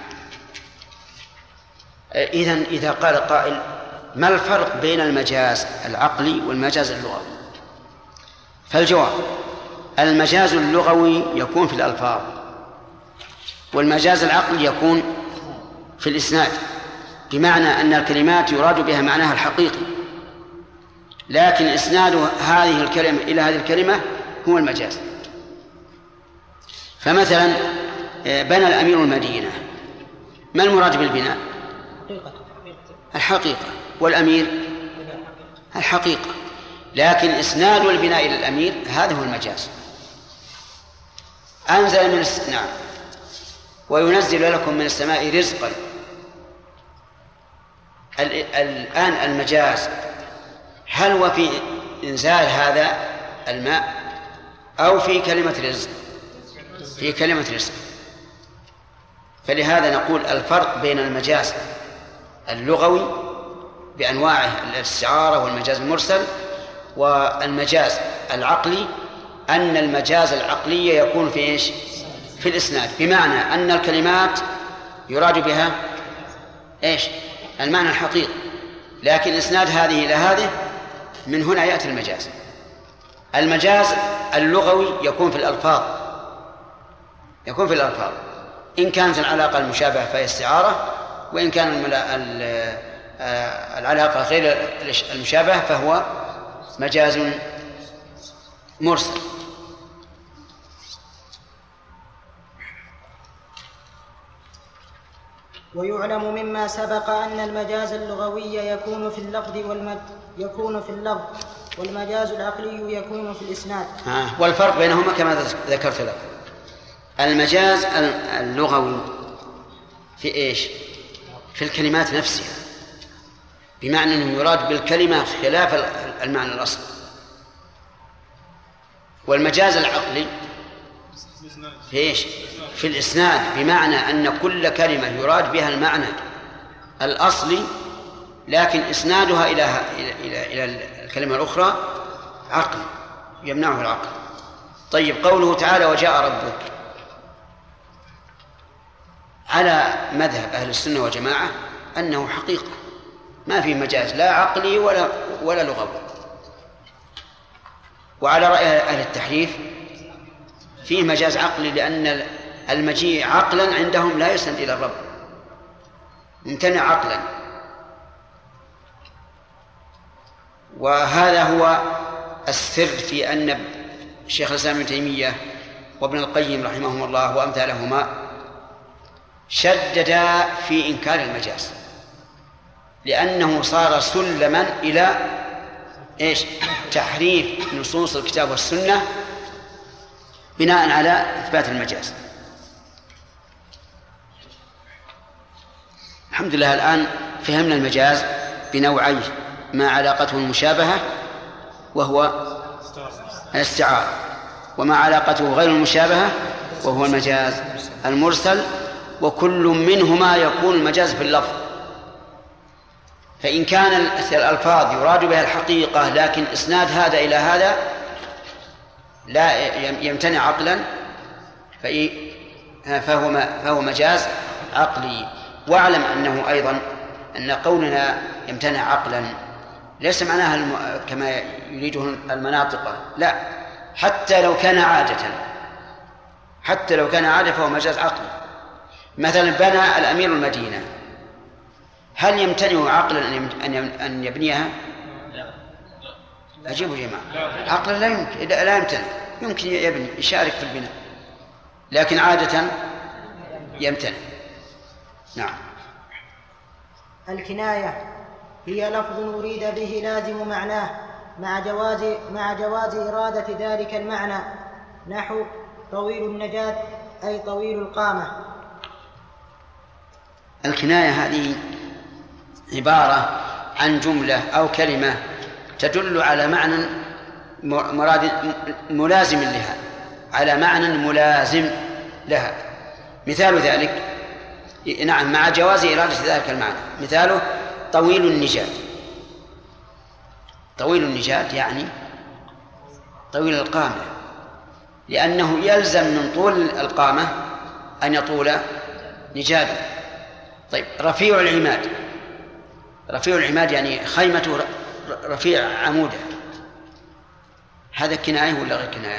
Speaker 1: إذا قال قائل ما الفرق بين المجاز العقلي والمجاز اللغوي؟ فالجواب: المجاز اللغوي يكون في الألفاظ، والمجاز العقلي يكون في الإسناد، بمعنى أن الكلمات يراد بها معناها الحقيقي، لكن إسناد هذه الكلمة إلى هذه الكلمة هو المجاز. فمثلا بنى الأمير المدينة، ما المراد بالبناء؟ الحقيقة، والأمير الحقيقة، لكن إسناد البناء إلى الأمير هذا هو المجاز. أنزل من نعم. وينزل لكم من السماء رزقا. الآن المجاز هل هو في إنزال هذا الماء أو في كلمة رزق؟ في كلمة رزق. فلهذا نقول الفرق بين المجاز اللغوي بأنواعه الاستعارة والمجاز المرسل والمجاز العقلي أن المجاز العقلي يكون في إيش؟ في الإسناد، بمعنى أن الكلمات يراد بها إيش؟ المعنى الحقيقي، لكن إسناد هذه إلى هذه من هنا يأتي المجاز. المجاز اللغوي يكون في الألفاظ، يكون في الألفاظ، إن كانت العلاقة المشابهة فهي استعارة، وإن كان العلاقة غير المشابهة فهو مجاز مرسل.
Speaker 6: ويعلم مما سبق أن المجاز اللغوي يكون في اللفظ والمجاز العقلي يكون في الإسناد.
Speaker 1: والفرق بينهما كما ذكرت لك، المجاز اللغوي في إيش؟ في الكلمات نفسها، بمعنى أنه يراد بالكلمة خلاف المعنى الأصلي. والمجاز العقلي في إيش؟ في الإسناد، بمعنى أن كل كلمة يراد بها المعنى الأصلي لكن إسنادها إلى الكلمة الأخرى عقل يمنعه العقل. طيب، قوله تعالى وجاء ربك، على مذهب أهل السنة والجماعة أنه حقيقة ما في مجاز لا عقلي ولا لغوي. وعلى رأي أهل التحريف فيه مجاز عقلي، لأن المجيء عقلا عندهم لا يسند إلى الرب، ممتنع عقلا. وهذا هو السر في أن الشيخ الإسلام ابن تيمية وابن القيم رحمهم الله وأمثالهما شددا في إنكار المجاز، لأنه صار سلما إلى إيش؟ تحريف نصوص الكتاب والسنة بناء على إثبات المجاز. الحمد لله الآن فهمنا المجاز بنوعيه، ما علاقته المشابهة وهو الاستعارة، وما علاقته غير المشابهة وهو المجاز المرسل، وكل منهما يكون المجاز في اللفظ. فإن كان الألفاظ يراد بها الحقيقة لكن إسناد هذا إلى هذا لا يمتنع عقلا فهو مجاز عقلي. واعلم أنه أيضا أن قولنا يمتنع عقلا ليس معناها كما يريده المناطق، لا، حتى لو كان عادة فهو مجاز عقلي. مثلا بنى الأمير المدينة، هل يمتنع عقلا أن يبنيها؟ أجيبوا جماعة، عقلا لا يمكن، لا يمتنع، يمكن يبني يشارك في البناء، لكن عادة يمتنع. نعم.
Speaker 6: الكناية هي لفظ أريد به لازم معناه مع جواز إرادة ذلك المعنى، نحو طويل النجاة أي طويل القامة.
Speaker 1: الكناية هذه عبارة عن جملة أو كلمة تدل على معنى مراد ملازم لها، على معنى ملازم لها. مثال ذلك، نعم، مع جواز إرادة ذلك المعنى، مثاله طويل النجاة. طويل النجاة يعني طويل القامة، لأنه يلزم من طول القامة أن يطول نجاده. طيب، رفيع العماد، رفيع العماد يعني خيمته رفيع عموده، هذا كناية ولا غير كناية؟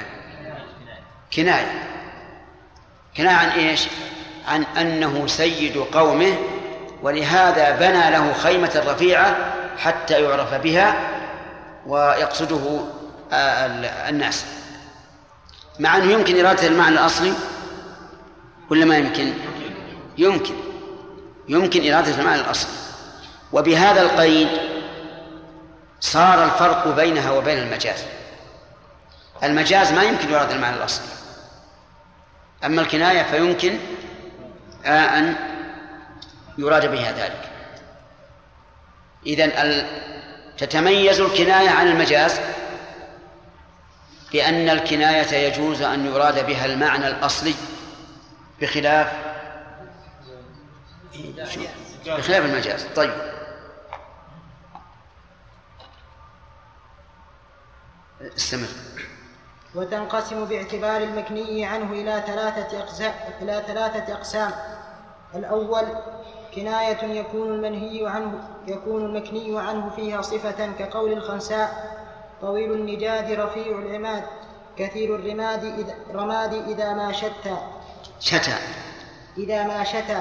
Speaker 1: كناية عن إيش؟ عن أنه سيد قومه، ولهذا بنى له خيمة رفيعة حتى يعرف بها ويقصده الناس. مع أنه يمكن إرادة المعنى الأصلي ولا ما يمكن؟ يمكن إرادة المعنى الأصلي. وبهذا القيد صار الفرق بينها وبين المجاز. المجاز ما يمكن إرادة المعنى الأصلي، أما الكناية فيمكن أن يراد بها ذلك. إذن تتميز الكناية عن المجاز بأن الكناية يجوز أن يراد بها المعنى الأصلي بخلاف المجاز. طيب، استمر.
Speaker 6: وتنقسم باعتبار المكني عنه إلى ثلاثة أقسام. الأول كناية يكون المكني عنه فيها صفة كقول الخنساء: طويل النجاد رفيع العماد كثير الرماد إذا ما شتى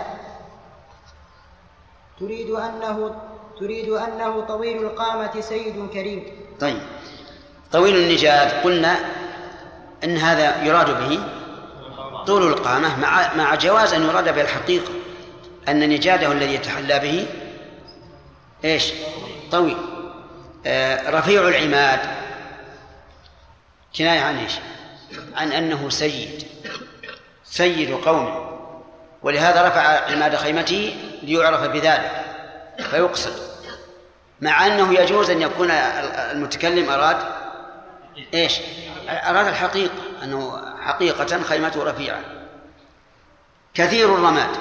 Speaker 6: تريد أنه طويل القامة سيد كريم.
Speaker 1: طيب، طويل النجاد قلنا إن هذا يراد به طول القامة، مع جواز أن يراد به الحقيقة، أن نجاده الذي يتحلى به إيش؟ طويل. رفيع العماد كناية عن إيش؟ عن أنه سيد قوم، ولهذا رفع عماد خيمته ليعرف بذلك فيقصد، مع أنه يجوز أن يكون المتكلم أراد إيش؟ أراد الحقيقة، أنه حقيقة خيمته رفيعة. كثير الرماد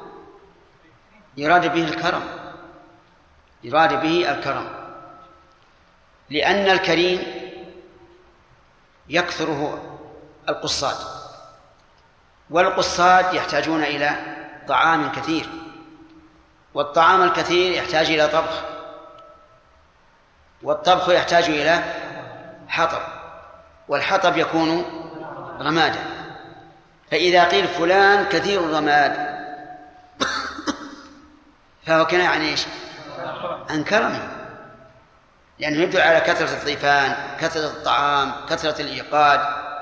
Speaker 1: يراد به الكرم، لأن الكريم يكثره القصاد، والقصاد يحتاجون إلى طعام كثير، والطعام الكثير يحتاج إلى طبخ، والطبخ يحتاج إلى حطب، والحطب يكون رمادا. فإذا قيل فلان كثير الرماد فهو كناية عن إيش؟ عن كرمه، لأنه يدل على كثرة الضيفان، كثرة الطعام، كثرة الإيقاد،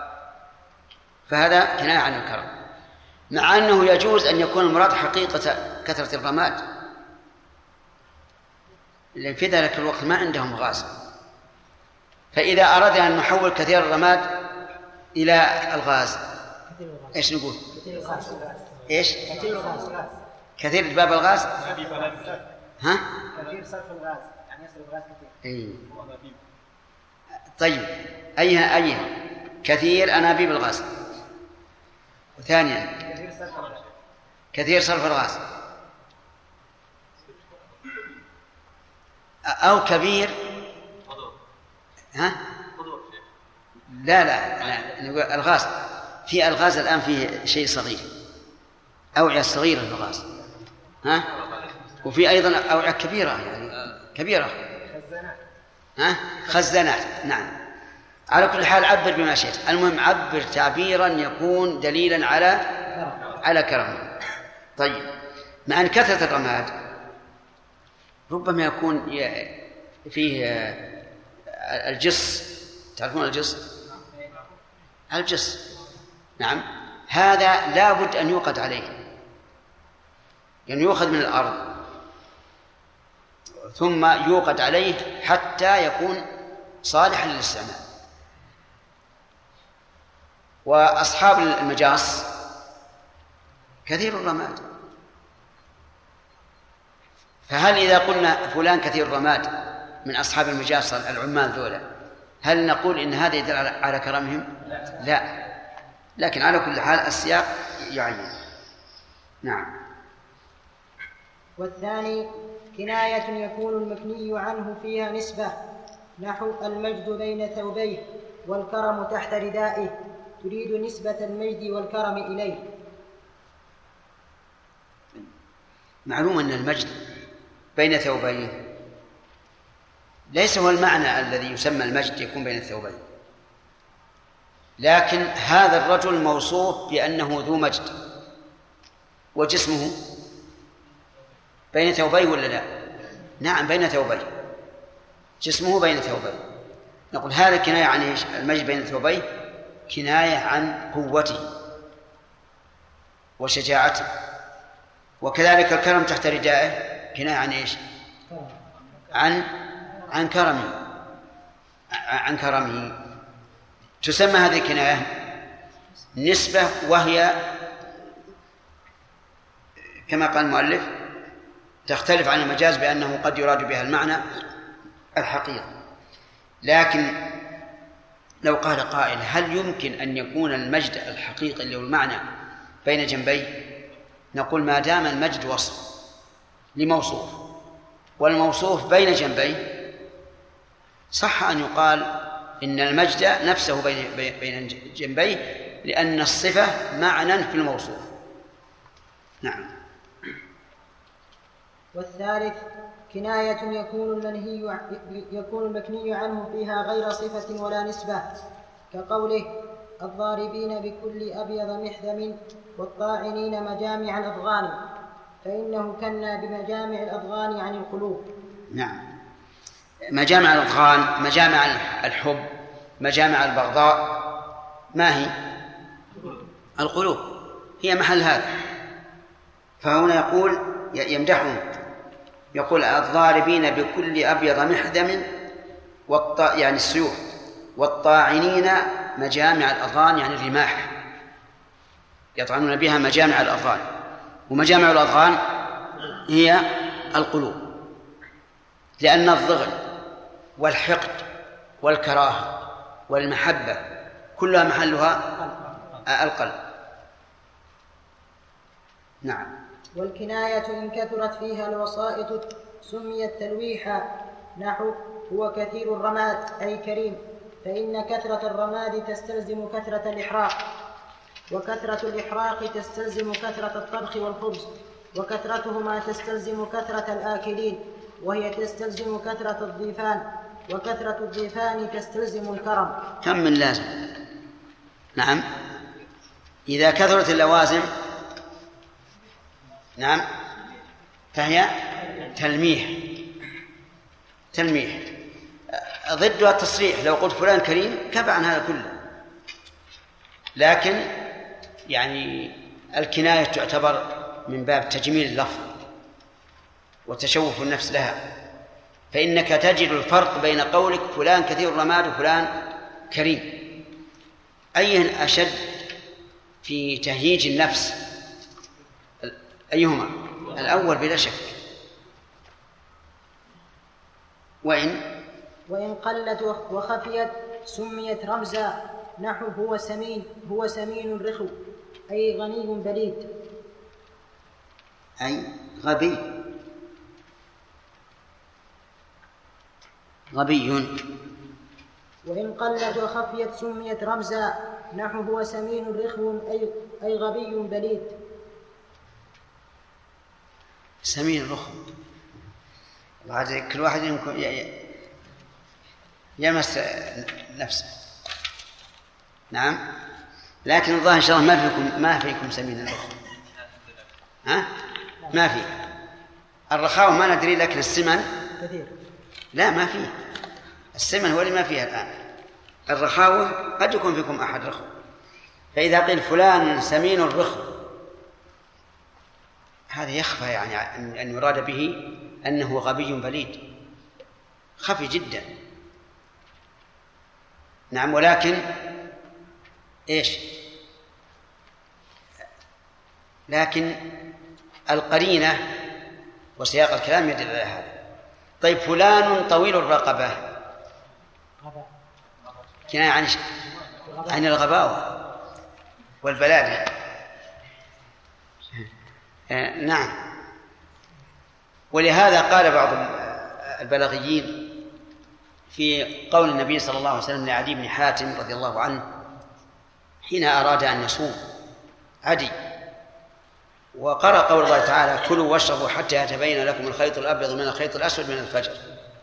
Speaker 1: فهذا كناية عن الكرم، مع أنه يجوز أن يكون المراد حقيقة كثرة الرماد، لأن في ذلك الوقت ما عندهم غاز. فإذا أردنا أن نحول كثير الرماد إلى الغاز إيش نقول؟ إيش؟ كثير دباب الغاز؟ ها؟
Speaker 6: كثير صرف الغاز، يعني يصرف الغاز كثير.
Speaker 1: طيب، أيها كثير أنابيب الغاز، وثانيا كثير صرف الغاز، أو كبير. ها؟ لا نقول الغاز، في الغاز الآن فيه شيء صغير، أوعية صغيرة للغاز، ها؟ وفي أيضا أوعية كبيرة، يعني كبيرة، خزانات. نعم، على كل حال عبر بما شئت، المهم عبر تعبيرا يكون دليلا على كرمه. طيب، مع أن كثرة الرماد ربما يكون فيه الجص، تعرفون الجص؟ نعم، هذا لابد أن يوقد عليه، يعني يؤخذ من الأرض ثم يوقد عليه حتى يكون صالحا للاستعمال. وأصحاب المجاص كثير الرماد، فهل إذا قلنا فلان كثير الرماد من أصحاب المجاص العمال ذولا، هل نقول إن هذا يدل على كرمهم؟ لا، لكن على كل حال السياق يعين. نعم.
Speaker 6: والثاني كناية يكون المكني عنه فيها نسبة، نحو المجد بين ثوبيه والكرم تحت ردائه، تريد نسبة المجد والكرم إليه.
Speaker 1: معلوم أن المجد بين ثوبيه ليس هو المعنى الذي يسمى المجد يكون بين الثوبين، لكن هذا الرجل موصوف بأنه ذو مجد، وجسمه بين ثوبيه ولا لا؟ نعم، بين ثوبيه، جسمه بين ثوبيه. نقول هذا كناية عن إيش؟ المجد بين ثوبيه كناية عن قوته وشجاعته. وكذلك الكرم تحت ردائه كناية عن إيش؟ عن كرمه. تسمى هذه الكناية نسبة، وهي كما قال المؤلف تختلف عن المجاز بأنه قد يراد بها المعنى الحقيقي. لكن لو قال قائل هل يمكن أن يكون المجد الحقيقي اللي هو المعنى بين جنبيه؟ نقول ما دام المجد وصف لموصوف والموصوف بين جنبيه صح أن يقال إن المجد نفسه بين جنبيه، لأن الصفة معنى في الموصوف. نعم.
Speaker 6: والثالث كناية يكون المكني عنه فيها غير صفة ولا نسبة، كقوله الضاربين بكل أبيض محذم والطاعنين مجامع الأضغان، فإنه كنى بمجامع الأضغان عن القلوب.
Speaker 1: نعم. مجامع الأضغان، مجامع الحب، مجامع البغضاء، ما هي؟ القلوب هي محل هذا. فهنا يقول يمدحهم، يقول الضاربين بكل أبيض محذم يعني السيوف، والطاعنين مجامع الأضغان يعني الرماح، يطعنون بها مجامع الأضغان، ومجامع الأضغان هي القلوب، لأن الضغن والحقد والكراهة والمحبة كلها محلها القلب. نعم.
Speaker 6: والكناية إن كثرت فيها الوسائط سميت تلويحا، نحو هو كثير الرماد أي كريم، فإن كثرة الرماد تستلزم كثرة الإحراق، وكثرة الإحراق تستلزم كثرة الطبخ والخبز، وكثرتهما تستلزم كثرة الآكلين، وهي تستلزم كثرة الضيفان، وكثرة الضيفان تستلزم الكرم.
Speaker 1: كم من لازم؟ نعم. إذا كثرت اللوازم نعم فهي تلميح. ضدها التصريح، لو قلت فلان كريم كفى عن هذا كله. لكن يعني الكناية تعتبر من باب تجميل اللفظ وتشوف النفس لها، فإنك تجد الفرق بين قولك فلان كثير الرماد وفلان كريم، أيه أشد في تهييج النفس؟ أيهما؟ الأول بلا شك.
Speaker 6: وإن قلت وخفيت سميت رمزا، نحو هو سمين رخو أي غني بليد،
Speaker 1: أي غبي.
Speaker 6: وإن قلت وخفيت سميت رمزا، نحو هو سمين رخو أي غبي بليد.
Speaker 1: سمين رخو، كل واحد يمس نفسه. نعم. لكن الظاهر إن شاء الله ما فيكم سمين الرخو، ما في. الرخاوة ما ندري، لكن السمن
Speaker 6: كثير.
Speaker 1: لا ما فيه. السمن هو اللي ما فيها الآن. الرخاوة قد يكون فيكم أحد رخو، فإذا قيل فلان سمين الرخو هذا يخفى، يعني أن يراد به أنه غبي بليد، خفي جدا. نعم. ولكن إيش؟ لكن القرينة وسياق الكلام يدل على هذا. طيب فلان طويل الرقبة كناية عن الغباوة والبلادة. نعم. ولهذا قال بعض البلاغيين في قول النبي صلى الله عليه وسلم لعدي بن حاتم رضي الله عنه حين أراد أن يصوم عدي، وقرأ قول الله تعالى كلوا واشربوا حتى يتبين لكم الخيط الأبيض من الخيط الأسود من الفجر،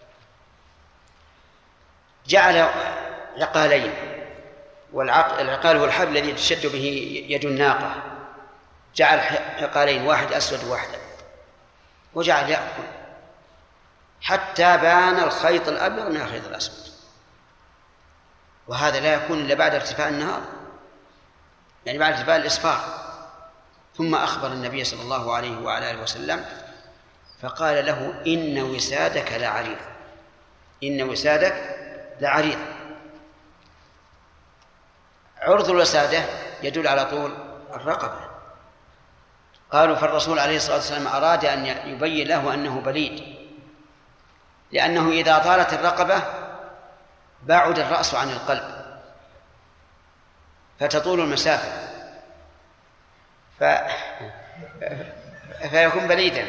Speaker 1: جعل عقالين، والعقال هو الحبل الذي تشد به يد الناقة، جعل عقالين، واحد أسود وواحد، وجعل يأكل حتى بان الخيط الأبيض من الخيط الأسود. وهذا لا يكون إلا بعد ارتفاع النهار، يعني بعد ارتفاع الإسفار. ثم أخبر النبي صلى الله عليه وعلى آله وسلم فقال له إن وسادك لعريض، إن وسادك لعريض. عرض الوسادة يدل على طول الرقبة. قالوا فالرسول عليه الصلاة والسلام أراد أن يبين له أنه بليد، لأنه إذا طالت الرقبة بعد الرأس عن القلب فتطول المسافة فيكون بليدا.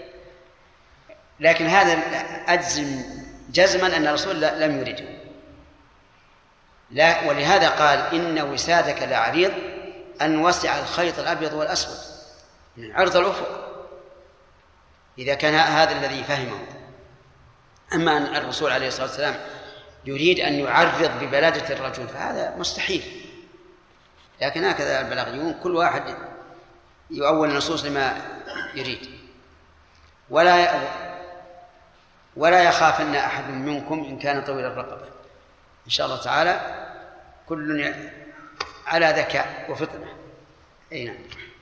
Speaker 1: لكن هذا أجزم جزما أن الرسول لم يرده، لا، ولهذا قال إن وسادك لعريض أن وسع الخيط الأبيض والأسود من عرض الأفق، إذا كان هذا الذي فهمه. أما أن الرسول عليه الصلاة والسلام يريد أن يعرض ببلادة الرجل فهذا مستحيل. لكن هكذا البلاغيون كل واحد يؤول النصوص لما يريد. ولا يخافن أحد منكم إن كان طويل الرقبة. إن شاء الله تعالى كل على ذكاء وفطنة. أي نعم.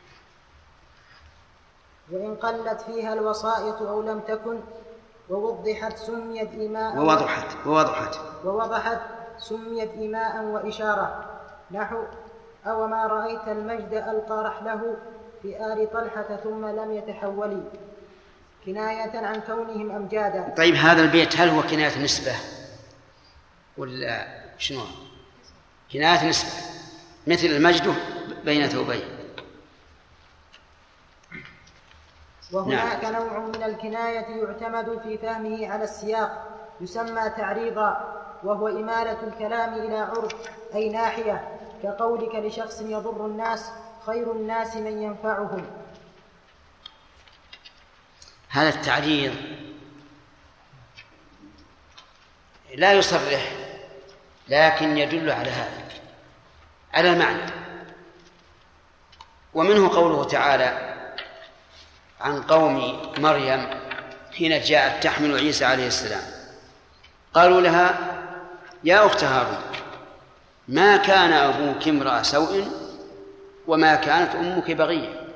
Speaker 6: وإن قلت فيها الوسائط أو لم تكن ووضحت سميت إيماء
Speaker 1: ووضحت
Speaker 6: سميت إيماء وإشارة، نحو أو ما رأيت المجد ألقى رحله في آل طلحة ثم لم يتحولي، كناية عن كونهم أمجادا.
Speaker 1: طيب هذا البيت هل هو كناية نسبة ولا شنو؟ كناية نسبة مثل المجد بين ثوبين.
Speaker 6: وهناك نوع من الكناية يعتمد في فهمه على السياق يسمى تعريضا، وهو إمالة الكلام إلى عرض أي ناحية، كقولك لشخص يضر الناس خير الناس من ينفعهم.
Speaker 1: هذا التعريض لا يصرح لكن يدل على هذا، على المعنى. ومنه قوله تعالى عن قوم مريم حين جاءت تحمل عيسى عليه السلام، قالوا لها يا أخت هارون ما كان أبوك امرأ سوء وما كانت أمك بغية.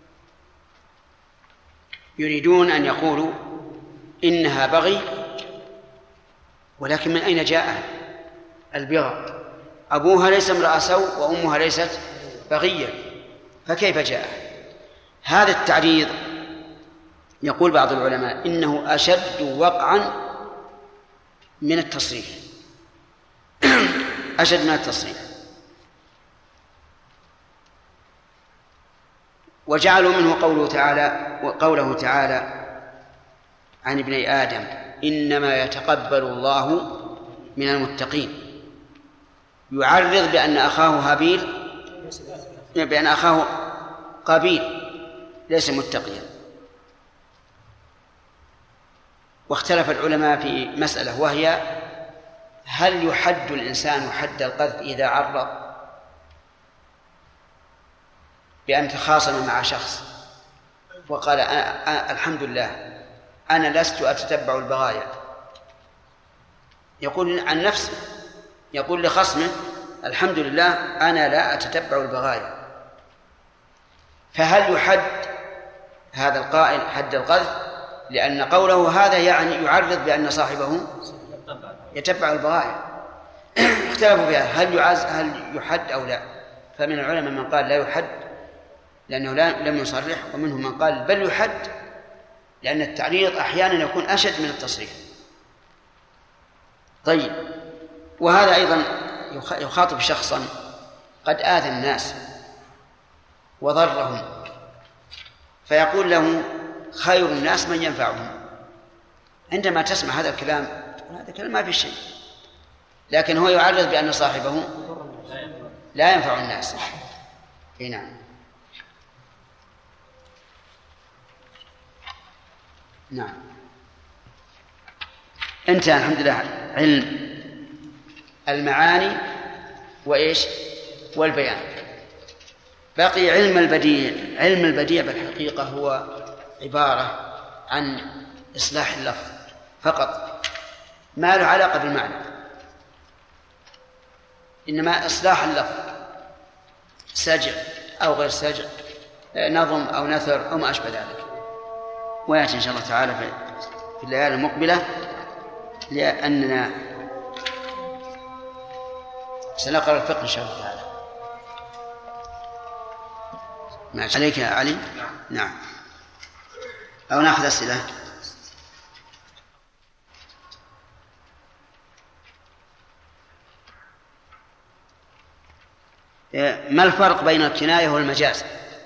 Speaker 1: يريدون أن يقولوا إنها بغي، ولكن من أين جاء البغى؟ أبوها ليس امرأ سوء وأمها ليست بغية، فكيف جاء هذا التعريض؟ يقول بعض العلماء إنه أشد وقعا من التصريح أشد من التصريح. وجعلوا منه قوله تعالى عن ابني آدم إنما يتقبل الله من المتقين، يعرض بأن أخاه قابيل ليس متقيا. واختلف العلماء في مسألة، وهي هل يحد الإنسان حد القذف إذا عرض بأن تخاصم مع شخص وقال الحمد لله أنا لست أتتبع البغايا، يقول عن نفسه، يقول لخصمه الحمد لله أنا لا أتتبع البغايا، فهل يحد هذا القائل حد القذف؟ لأن قوله هذا يعني يعرض بأن صاحبه يتبع البغايا. اختلفوا فيها هل يحد أو لا، فمن العلماء من قال لا يحد لأنه لم يصرح، ومنهم من قال بل يحد لأن التعريض أحيانا يكون أشد من التصريح. طيب، وهذا أيضا يخاطب شخصا قد آذى الناس وضرهم، فيقول له خير الناس من ينفعهم. عندما تسمع هذا الكلام هذا كلام ما في شيء، لكن هو يعرض بأن صاحبه لا ينفع الناس. نعم. انتهى الحمد لله علم المعاني وإيش والبيان. بقي علم البديع. علم البديع بالحقيقة هو عبارة عن إصلاح اللفظ فقط، ما له علاقة بالمعنى، إنما إصلاح اللفظ، سجع أو غير سجع، نظم أو نثر أو ما أشبه ذلك. ويأتي إن شاء الله تعالى في الليالي المقبلة، لأننا سنقرأ الفقه إن شاء الله تعالى. ماشي. عليك يا علي. نعم. أو نأخذ أسئلة. ما الفرق بين الكناية والمجاز؟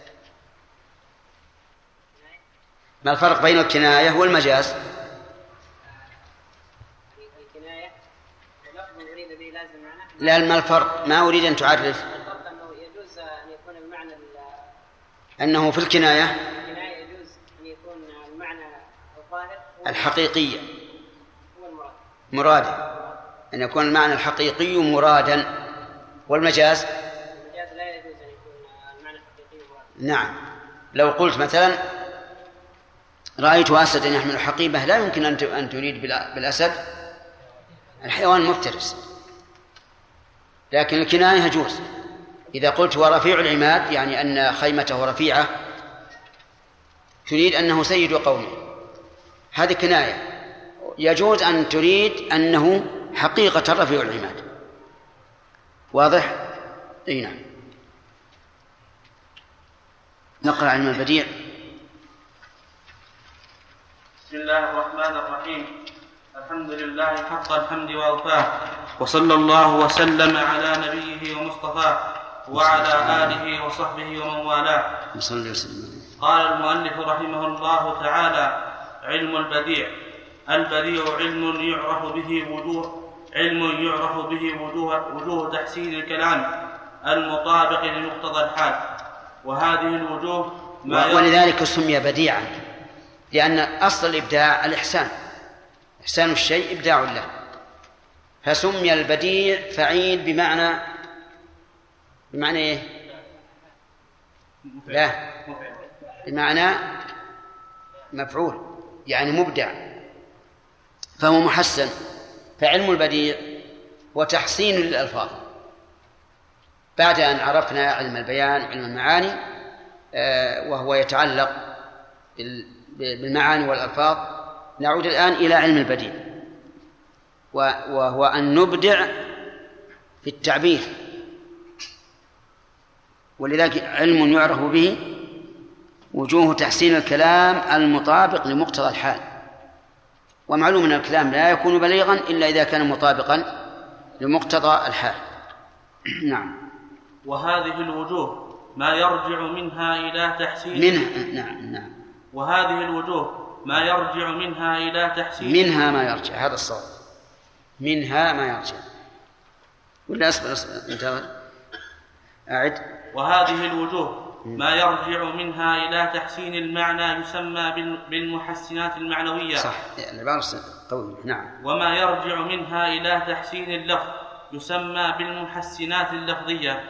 Speaker 1: ما الفرق بين الكناية والمجاز؟
Speaker 3: الكناية لفظ يريد به لازم معناه.
Speaker 1: لا، ما الفرق؟ ما أريد أن تعرف.
Speaker 3: الفرق أنه يجوز أن يكون المعنى
Speaker 1: أنه في الكناية
Speaker 3: يجوز أن يكون المعنى الظاهر
Speaker 1: الحقيقية
Speaker 3: هو المراد.
Speaker 1: مرادا، أن يكون المعنى الحقيقي مرادا. والمجاز
Speaker 3: لا يجوز أن يكون المعنى الحقيقي مرادا.
Speaker 1: نعم. لو قلت مثلا رأيت أسدا يحمل حقيبة، لا يمكن أن تريد بالأسد الحيوان المفترس، لكن الكناية يجوز. إذا قلت ورفيع العماد يعني أن خيمته رفيعة، تريد أنه سيد قومه، هذه كناية. يجوز أن تريد أنه حقيقة رفيع العماد. واضح؟ أي نعم. نقرأ علم البديع.
Speaker 2: بسم الله الرحمن الرحيم. الحمد لله حق الحمد وأوفاه، وصلى الله وسلم على نبيه ومصطفاه وعلى آله وصحبه ومن والاه. قال المؤلف رحمه الله تعالى: علم البديع. البديع علم يعرف به وجوه تحسين الكلام المطابق لمقتضى الحال، وهذه الوجوه
Speaker 1: ولذلك سمي بديعا، لأن أصل الإبداع الإحسان، إحسان الشيء إبداع له، فسمي البديع فعيل بمعنى إيه؟ لا، بمعنى مفعول، يعني مبدع، فهو محسن. فعلم البديع وتحسين للألفاظ. بعد أن عرفنا علم البيان وعلم المعاني، وهو يتعلق بالمعاني والألفاظ، نعود الآن إلى علم البديع، وهو أن نبدع في التعبير. ولذلك علم يعرف به وجوه تحسين الكلام المطابق لمقتضى الحال. ومعلوم أن الكلام لا يكون بليغا إلا إذا كان مطابقا لمقتضى الحال. نعم.
Speaker 2: وهذه الوجوه ما يرجع منها إلى تحسين
Speaker 1: نعم.
Speaker 2: وهذه الوجوه ما يرجع منها إلى تحسين
Speaker 1: منها ما يرجع، هذا الصواب، منها ما يرجع. ولا أصبر انتظر أعد.
Speaker 2: وهذه الوجوه ما يرجع منها إلى تحسين المعنى يسمى بالمحسنات المعنوية.
Speaker 1: صح، العبارة قوية. نعم.
Speaker 2: وما يرجع منها إلى تحسين اللفظ يسمى بالمحسنات اللفظية.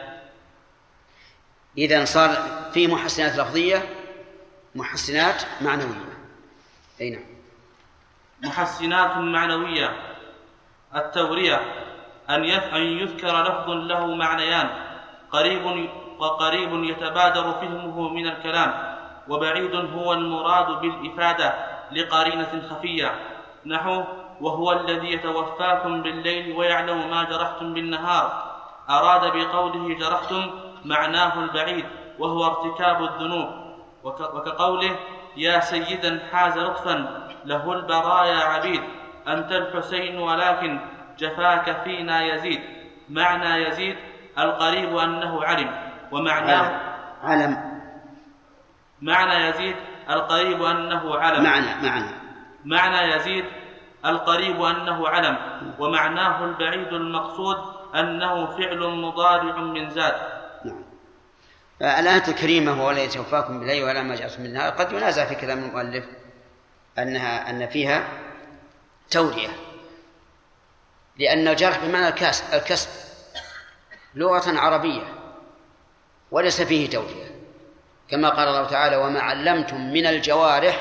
Speaker 1: إذن صار في محسنات لفظية، محسنات معنوية. أي نعم.
Speaker 2: محسنات معنوية. التورية أن يذكر لفظ له معنيان، قريب يتبادر فهمه من الكلام، وبعيد هو المراد بالإفادة لقرينة خفية، نحو وهو الذي يتوفاكم بالليل ويعلم ما جرحتم بالنهار. أراد بقوله جرحتم معناه البعيد وهو ارتكاب الذنوب، وكقوله يا سيدا حاز لطفا له البرايا عبيد، أنت الحسين ولكن جفاك فينا يزيد. معنى يزيد القريب أنه علم، ومعناه
Speaker 1: علم.
Speaker 2: معنى يزيد القريب أنه علم. معنى يزيد القريب أنه علم، ومعناه البعيد المقصود أنه فعل مضارع من زاد.
Speaker 1: نعم. الآية الكريمة هو الذي يتوفاكم بالليل ولا ما جرحتم بالنهار قد ينازع في كلام المؤلف أن فيها تورية، لأن الجرح بمعنى الكسب لغة عربية وليس فيه تورية، كما قال الله تعالى وما علمتم من الجوارح،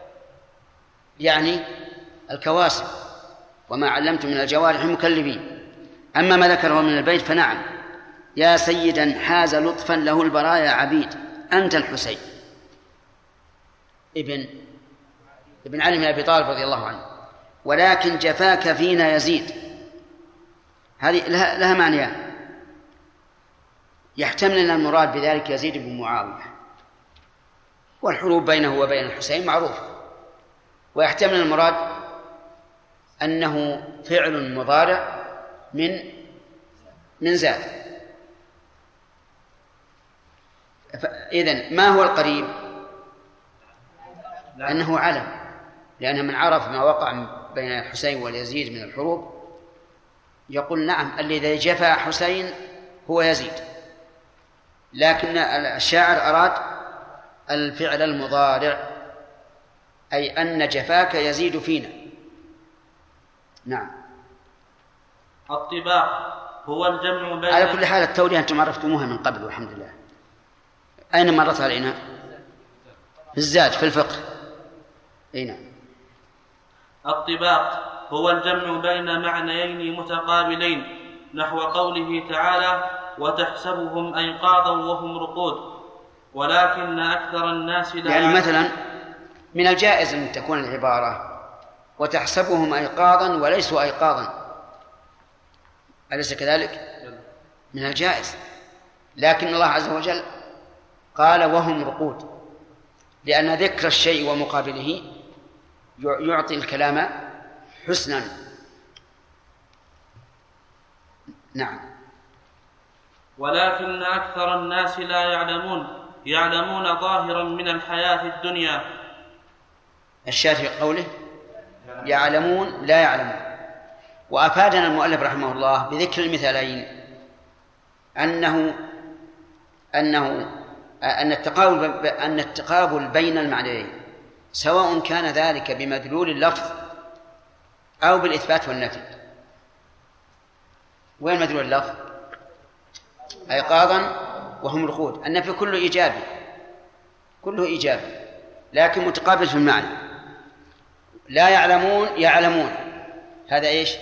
Speaker 1: يعني الكواسب، وما علمتم من الجوارح مكلبين. أما ما ذكره من البيت فنعم، يا سيدا حاز لطفا له البرايا عبيد، أنت الحسين ابن علي بن أبي طالب رضي الله عنه، ولكن جفاك فينا يزيد. هذه لها معنيان، يحتمل أن المراد بذلك يزيد بن معاوية والحروب بينه وبين الحسين معروفة. ويحتمل المراد أنه فعل مضارع من زاد. إذن ما هو القريب؟ أنه علم، لأن من عرف ما وقع بين الحسين واليزيد من الحروب يقول نعم الذي جفا حسين هو يزيد. لكن الشاعر أراد الفعل المضارع، أي أن جفاك يزيد فينا. نعم.
Speaker 2: الطباق هو الجمع بين،
Speaker 1: على كل حال التورية أنتم عرفتموها من قبل والحمد لله. أين مرتها علينا؟ في الزاد في الفقه. نعم.
Speaker 2: الطباق هو الجمع بين معنيين متقابلين، نحو قوله تعالى: وتحسبهم أيقاظا وهم رقود ولكن أكثر الناس لا
Speaker 1: يعني مثلا من الجائز أن تكون العبارة وتحسبهم أيقاظا وليسوا أيقاظا، أليس كذلك؟ من الجائز، لكن الله عز وجل قال وهم رقود، لأن ذكر الشيء ومقابله يعطي الكلام حسنا. نعم.
Speaker 2: ولكن أكثر الناس لا يعلمون ظاهرا من الحياة الدنيا.
Speaker 1: الشافعي قوله يعلمون لا يعلمون. وأفادنا المؤلف رحمه الله بذكر المثالين أن التقابل بين المعنيين سواء كان ذلك بمدلول اللفظ أو بالإثبات والنفي. وين مدلول اللفظ؟ أيقاظا وهم رقود. النفي كله إيجابي، كله إيجابي، لكن متقابل في المعنى. لا يعلمون يعلمون، هذا إيش؟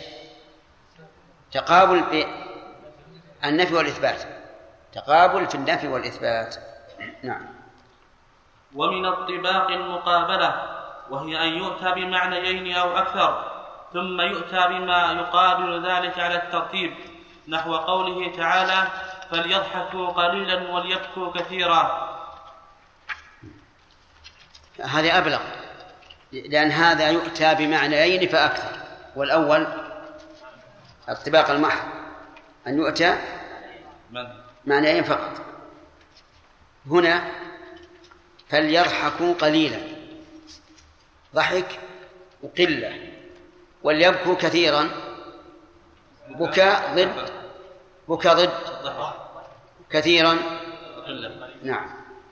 Speaker 1: تقابل بالنفي والإثبات، تقابل في النفي والإثبات. نعم.
Speaker 2: ومن الطباق المقابلة، وهي أن يؤتى بمعنيين أو أكثر ثم يؤتى بما يقابل ذلك على الترتيب، نحو قوله تعالى: فليضحكوا قليلا وليبكوا كثيرا.
Speaker 1: هذا أبلغ، لأن هذا يؤتى بمعنيين فأكثر. والأول الطباق المحض أن يؤتى معنيين فقط. هنا فليضحكوا قليلا، ضحك وقلة، وليبكوا كثيرا، بكاء ضد كثيرا. نعم.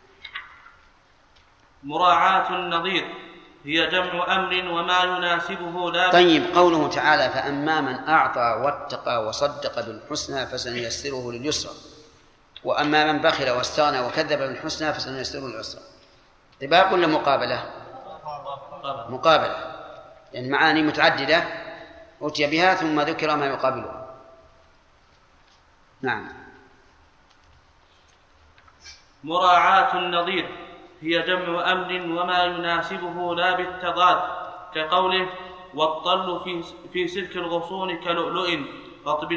Speaker 2: مراعاة النظير هي جمع أمر وما يناسبه لا.
Speaker 1: طيب، قوله تعالى: فأما من أعطى واتقى وصدق بالحسنى فسنيسره لليسرى، وأما من بخل واستغنى وكذب بالحسنى فسنيسره للعسرى. طباق ولا مقابلة؟ مقابلة، لأن معاني متعددة أتي بها ثم ذكر ما يقابلها. نعم.
Speaker 2: مراعاة النظير هي جمع أمر وما يناسبه لا بالتضاد، كقوله: والطل في سلك الغصون كلؤلؤ رطب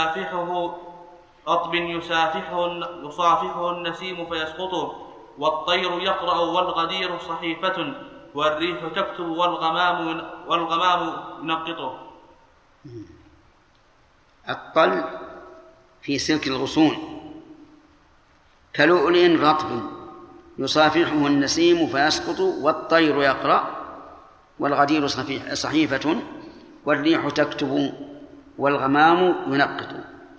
Speaker 2: يصافحه النسيم فيسقط، والطير يقرأ والغدير صحيفة، والريح تكتب والغمام ينقطه.
Speaker 1: الطل في سلك الغصون كلؤلؤ رطب يصافحه النسيم فيسقط، والطير يقرأ والغدير صحيفة، والريح تكتب والغمام ينقط.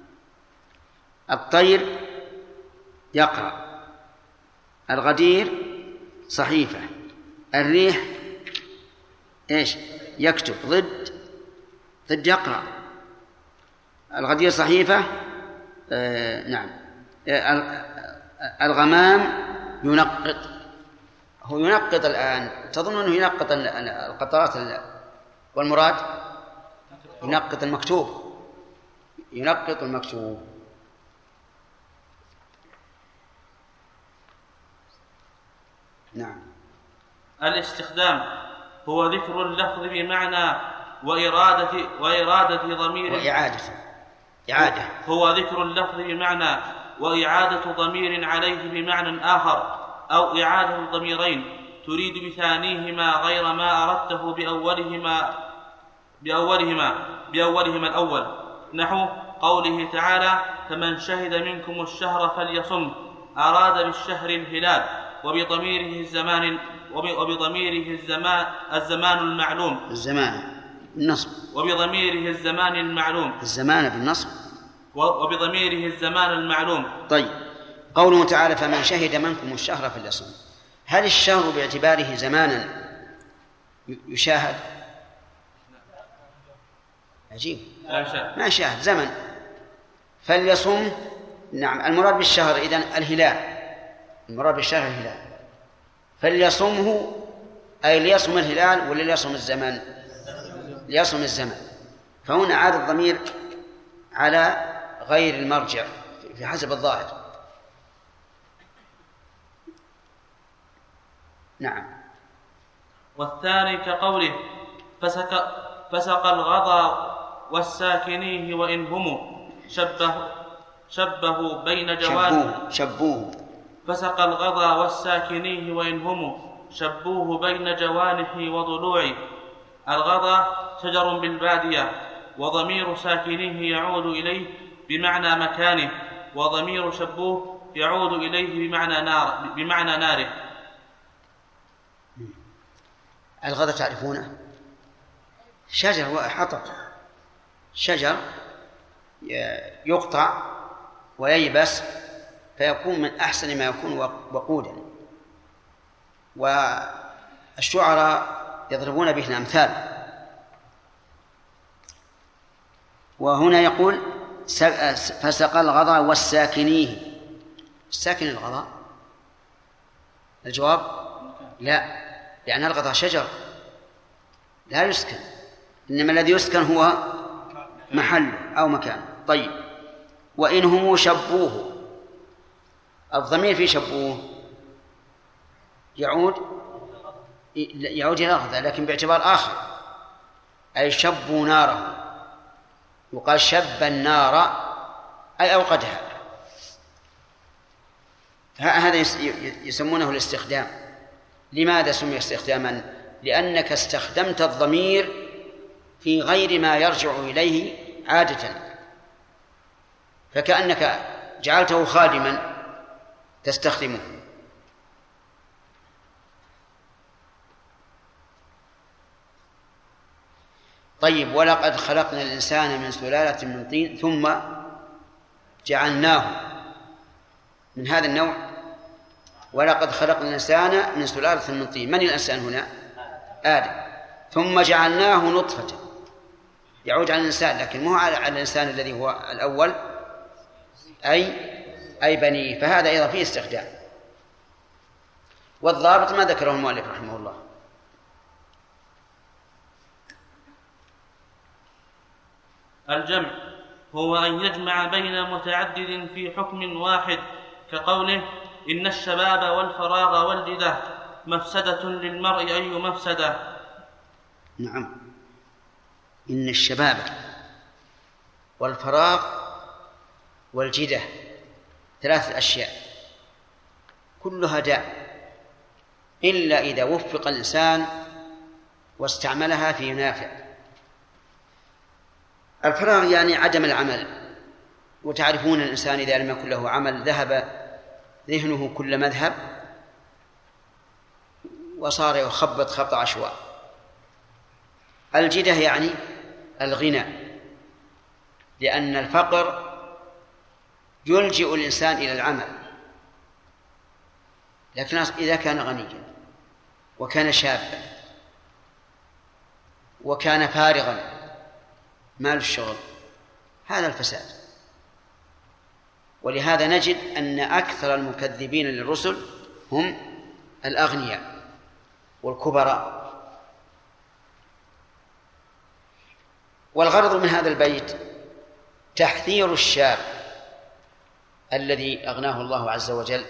Speaker 1: الطير يقرأ، الغدير صحيفة، الريح إيش؟ يكتب، ضد يقرأ. الغدير صحيفة، نعم. الغمام ينقط. هو ينقط الآن، تظن أنه ينقط القطرات، والمراد ينقط المكتوب، ينقط المكتوب. نعم.
Speaker 2: الاستخدام هو ذكر اللفظ بمعنى وإرادة ضمير
Speaker 1: إعادة.
Speaker 2: هو ذكر اللفظ بمعنى وإعادة ضمير عليه بمعنى آخر، أو إعادة الضميرين تريد بثانيهما غير ما أردته بأولهما الأول، نحو قوله تعالى: فمن شهد منكم الشهر فليصم، أراد بالشهر الهلال، وبضميره الزمان المعلوم،
Speaker 1: الزمان بالنصب،
Speaker 2: وبضميره الزمان المعلوم،
Speaker 1: الزمان بالنصب،
Speaker 2: وبضميره الزمان المعلوم.
Speaker 1: طيب، قوله تعالى: فمن شهد منكم الشهر فليصم، هل الشهر باعتباره زمانا يشاهد؟ عجيب، ما شاهد زمن. فليصم، نعم، المراد بالشهر إذن الهلال، المراد بالشهر الهلال، فليصمه أي ليصم الهلال ولا ليصم الزمن؟ ليصم الزمن. فهنا عاد الضمير على غير المرجع في حسب الظاهر. نعم.
Speaker 2: والثاني كقوله: فسق الغضا والساكنيه وإن هم شبه بين جوانحه.
Speaker 1: شبوه.
Speaker 2: فسق الغضا والساكنيه وإن هم شبوه بين جوانحه وضلوعه. الغضا شجر بالبادية، وضمير ساكنيه يعود إليه بمعنى مكانه، وضمير شبوه يعود إليه بمعنى ناره.
Speaker 1: الغضا تعرفونه؟ شجر وحطب، شجر يقطع وييبس فيكون من أحسن ما يكون وقودا، والشعراء يضربون به الأمثال. وهنا يقول: فسقى الغضا والساكنيه. الساكن الغضا؟ الجواب لا، لأن الغضا شجر لا يسكن، إنما الذي يسكن هو محل أو مكان. طيب، وإن هم شبوه، الضمير في شبوه يعود إلى الغضا، لكن باعتبار آخر، أي شبوا ناره، يقال شب النار أي أوقدها. هذا يسمونه الاستخدام. لماذا سمي استخداما؟ لأنك استخدمت الضمير في غير ما يرجع إليه عادة، فكأنك جعلته خادما تستخدمه. طيب، ولقد خلقنا الإنسان من سلالة من طين ثم جعلناه من هذا النوع. ولقد خلقنا الإنسان من سلالة من طين، من الإنسان هنا؟ آدم. ثم جعلناه نطفة، يعود على الإنسان، لكن مو على الإنسان الذي هو الأول، أي بنيه. فهذا أيضا فيه استخدام. والضابط ما ذكره المؤلف رحمه الله.
Speaker 2: الجمع هو أن يجمع بين متعدد في حكم واحد، كقوله: إن الشباب والفراغ والجدة مفسدة للمرء أي مفسدة.
Speaker 1: نعم، إن الشباب والفراغ والجدة 3 أشياء كلها داء، إلا إذا وفق الإنسان واستعملها في نافع. الفراغ يعني عدم العمل، وتعرفون الإنسان إذا لم يكن له عمل ذهب ذهنه كل مذهب وصار يخبط خبط عشواء. الجدة يعني الغنى، لأن الفقر يلجئ الإنسان إلى العمل، لكن إذا كان غنيا وكان شابا وكان فارغا مال الشغل، هذا الفساد. ولهذا نجد أن أكثر المكذبين للرسل هم الأغنياء والكبراء. والغرض من هذا البيت تحذير الشاب الذي أغناه الله عز وجل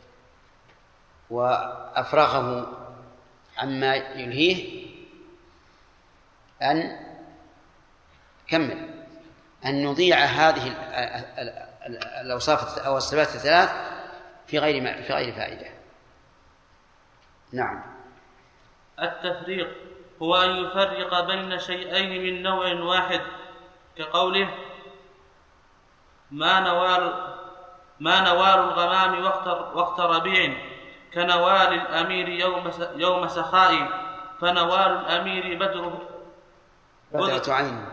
Speaker 1: وأفرغه عما يلهيه أن نضيع هذه الأوصاف أو الصفات الثلاث في غير فائدة. نعم.
Speaker 2: التفريق هو أن يفرق بين شيئين من نوع واحد، كقوله ما نوال الغمام وقت ربيع، كنوال الأمير يوم سخاء، فنوال الأمير بدرة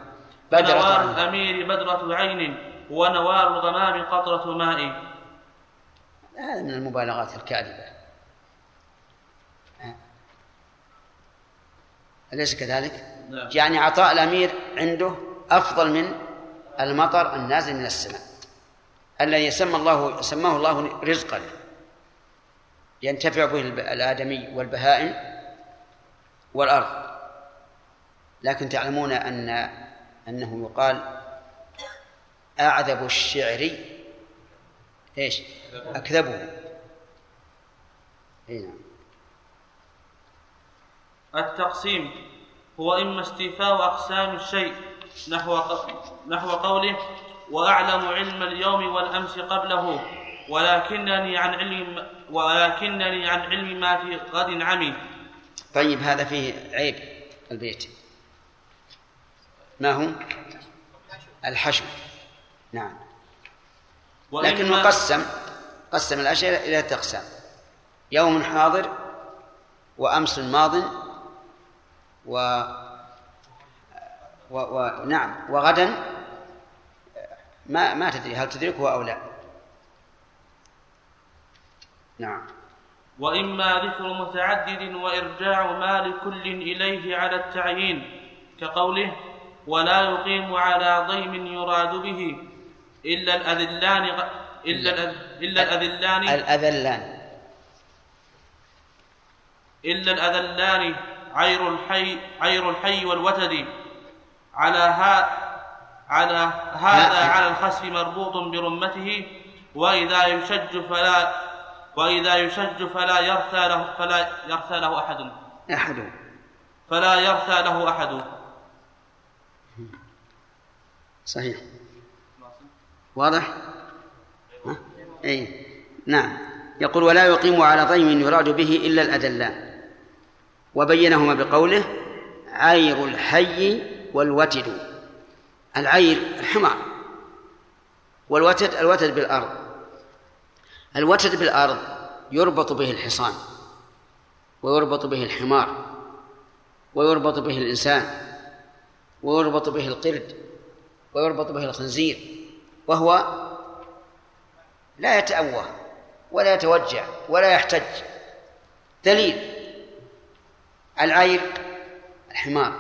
Speaker 2: عين ونوال الغمام قطرة ماء.
Speaker 1: هذا من المبالغات الكاذبة، أليس كذلك؟
Speaker 2: نعم.
Speaker 1: يعني عطاء الأمير عنده أفضل من المطر النازل من السماء الذي سماه الله رزقا ينتفع به الآدمي والبهائم والأرض. لكن تعلمون أنه يقال أعذب الشعر إيش؟ أكذبه. نعم.
Speaker 2: التقسيم هو إما استيفاء أقسام الشيء نحو قوله وأعلم علم اليوم والأمس قبله ولكنني عن علم ما في غد عمي.
Speaker 1: طيب هذا فيه عيب البيت، ما هو؟ الحشو. نعم. لكنه قسم الأشياء إلى أقسام: يوم حاضر، وأمس ماض، نعم، وغدا ما تدري هل تدركه أو لا. نعم.
Speaker 2: وإما ذكر متعدد وإرجاع ما لكل إليه على التعيين، كقوله ولا يقيم على ضيم يراد به إلا الأذلان عير الحي والوتد. على هذا على الخسف مربوط برمته، وإذا يشج فلا يرثى له أحد.
Speaker 1: صحيح. واضح؟ أي نعم. يقول ولا يقيم على ضيم يراد به إلا الأدلان، وبينهما بقوله عير الحي والوتد. العير الحمار، والوتد بالأرض. الوتد بالأرض يربط به الحصان، ويربط به الحمار، ويربط به الإنسان، ويربط به القرد، ويربط به الخنزير، وهو لا يتأوه ولا يتوجع ولا يحتج، دليل. العير الحمار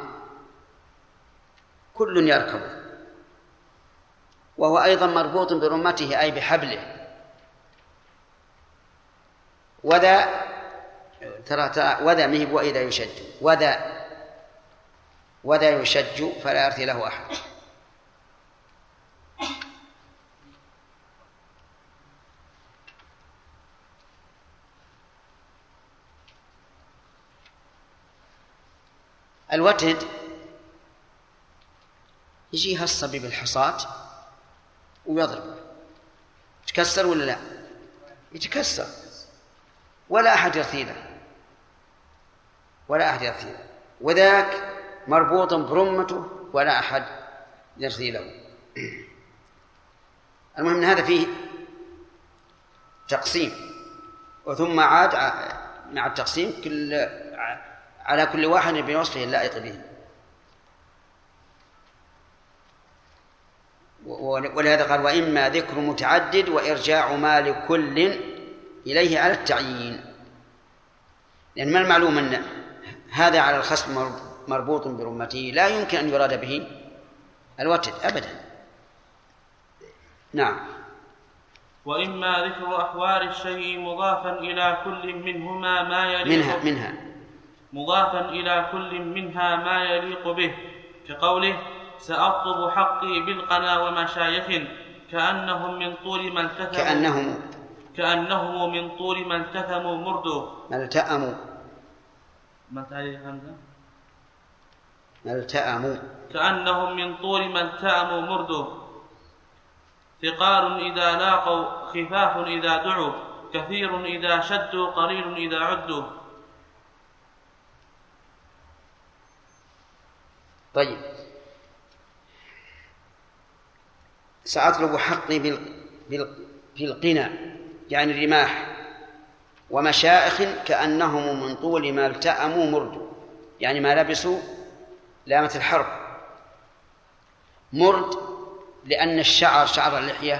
Speaker 1: كل يركبه، وهو أيضا مربوط برمته أي بحبله. وذا وذا مهب وإذا يشج، وذا يشج فلا يرثي له أحد. الوتد يجيها الصبي بالحصاة ويضرب، يتكسر ولا لا؟ يتكسر، ولا أحد يرثي له، وذاك مربوط برمته ولا أحد يرثي له. المهم أن هذا فيه تقسيم، وثم عاد مع التقسيم على كل واحد بوصفه اللائق به. ولهذا قال وإما ذكر متعدد وإرجاع ما لكل إليه على التعيين، لأن ما المعلوم أن هذا على الخصف مربوط برمته لا يمكن أن يراد به الوتد أبدا. نعم.
Speaker 2: وإما ذكر أحوال الشيء مضافا إلى كل منهما ما يليق مضافا إلى كل منها ما يليق به، كقوله سأطلب حقي بالقنا ومشايخ كأنهم من طول ما التثموا مردوا كأنهم من طول ما التأموا مردوا. ثقال إذا لاقوا، خفاف إذا دعوا، كثير إذا شدوا، قليل إذا عدوا.
Speaker 1: طيب، سأطلب حقي بالقنا يعني الرماح، ومشائخ كأنهم من طول ما التأموا مرد، يعني ما لبسوا لامة الحرب. مرد لأن الشعر، شعر اللحية،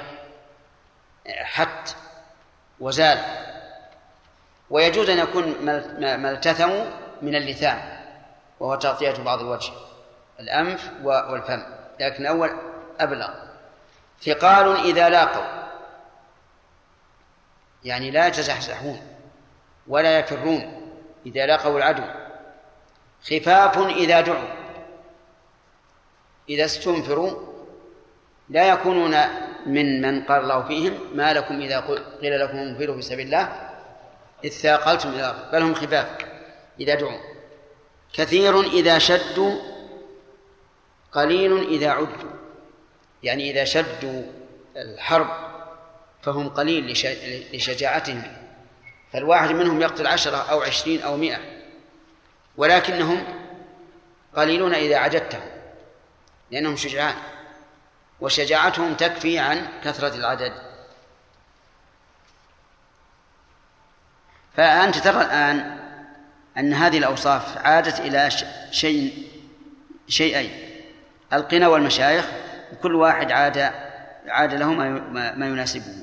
Speaker 1: حت وزال، ويجوز أن يكون ما التثموا من اللثام وهو تغطية بعض الوجه، الأنف والفم، لكن الأول أبلغ. ثقال إذا لاقوا، يعني لا يتزحزحون ولا يفرون إذا لاقوا العدو. خفاف إذا دعوا، إذا استنفروا لا يكونون من قال الله فيهم ما لكم إذا قيل لكم انفروا في سبيل الله إذ ثاقلتم إلى الأرض، بل هم خفاف إذا دعوا. كثير إذا شدوا، قليل إذا عدوا، يعني إذا شدوا الحرب فهم قليل لشجاعتهم، فالواحد منهم يقتل 10 أو 20 أو 100، ولكنهم قليلون إذا عددتهم، لأنهم شجعان، وشجاعتهم تكفي عن كثرة العدد. فأنت ترى الآن أن هذه الأوصاف عادت إلى شيئين: القنا والمشايخ، كل واحد عاد له ما يناسبه.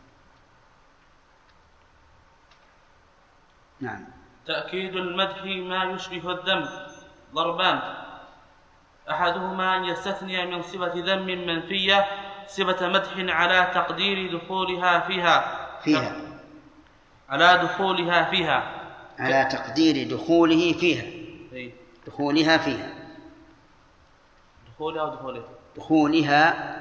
Speaker 1: نعم.
Speaker 2: تأكيد المدح ما يشبه الذم ضربان: أحدهما أن يستثني من صفة ذم منفية صفة مدح على تقدير دخولها فيها على دخولها فيها،
Speaker 1: على تقدير دخوله فيها، دخولها فيها، دخولها.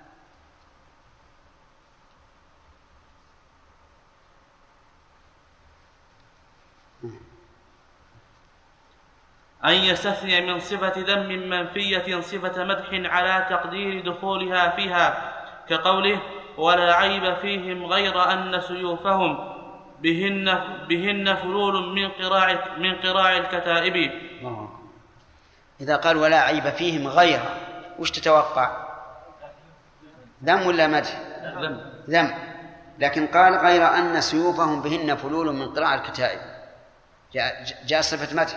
Speaker 2: أن يستثني من صفة ذم منفية صفة مدح على تقدير دخولها فيها، كقوله: ولا عيب فيهم غير أن سيوفهم بهن فلول من قراع الكتائب.
Speaker 1: إذا قال ولا عيب فيهم غير، وش تتوقع؟ ذم ولا مدح؟ ذم. لكن قال غير أن سيوفهم بهن فلول من قراع الكتائب، جاء صفة مدح.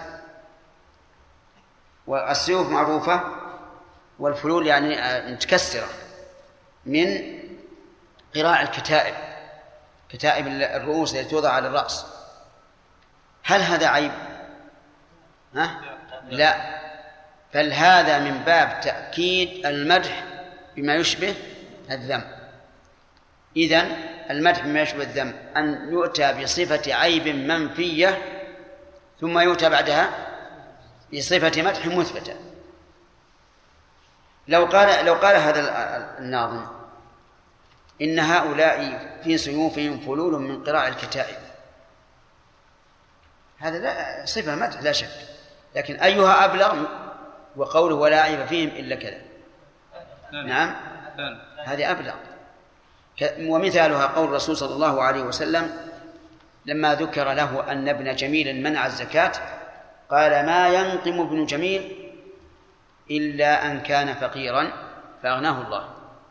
Speaker 1: والسيوف معروفة، والفلول يعني متكسرة من قراع الكتائب، كتائب الرؤوس التي توضع على الرأس. هل هذا عيب؟ لا، بل هذا من باب تأكيد المدح بما يشبه الذم. إذن المدح بما يشبه الذم أن يؤتى بصفة عيب منفية ثم يؤتى بعدها بصفة مدح مثبتة. لو قال هذا الناظم: إن هؤلاء في سيوفهم فلول من قراع الكتائب، هذا لا صفة مدح لا شك، لكن أيها أبلغ؟ وقوله ولا عيب فيهم إلا كذا. نعم، هذه أبلغ. ومثالها قول الرسول صلى الله عليه وسلم لما ذكر له أن ابن جميل منع الزكاة قال: ما ينقم ابن جميل إلا أن كان فقيرا فأغناه الله.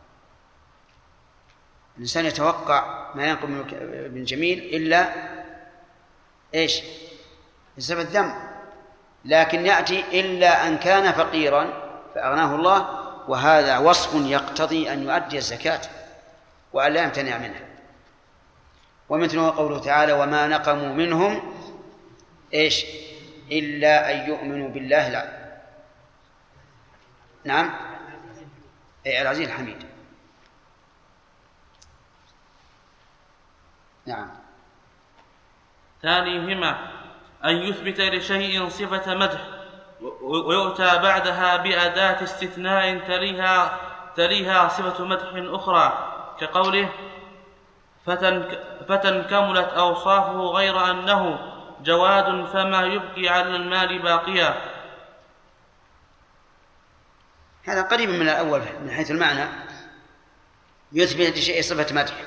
Speaker 1: الإنسان يتوقع ما ينقم ابن جميل إلا إيش؟ بسبب الذم، لكن يأتي إلا أن كان فقيرا فأغناه الله، وهذا وصف يقتضي أن يؤدي الزكاة وأن لا يمتنع منها. ومثله قوله تعالى: وما نقموا منهم إيش؟ إلا أن يؤمنوا بالله نعم، العزيز الحميد. نعم.
Speaker 2: ثانيهما أن يثبت لشيء صفة مدح ويؤتى بعدها بأداة استثناء تليها صفة مدح أخرى، كقوله: فتى كملت أوصافه غير أنه جواد فما يبقي على المال باقيا.
Speaker 1: هذا قريب من الأول من حيث المعنى، يثبت لشيء صفة مدح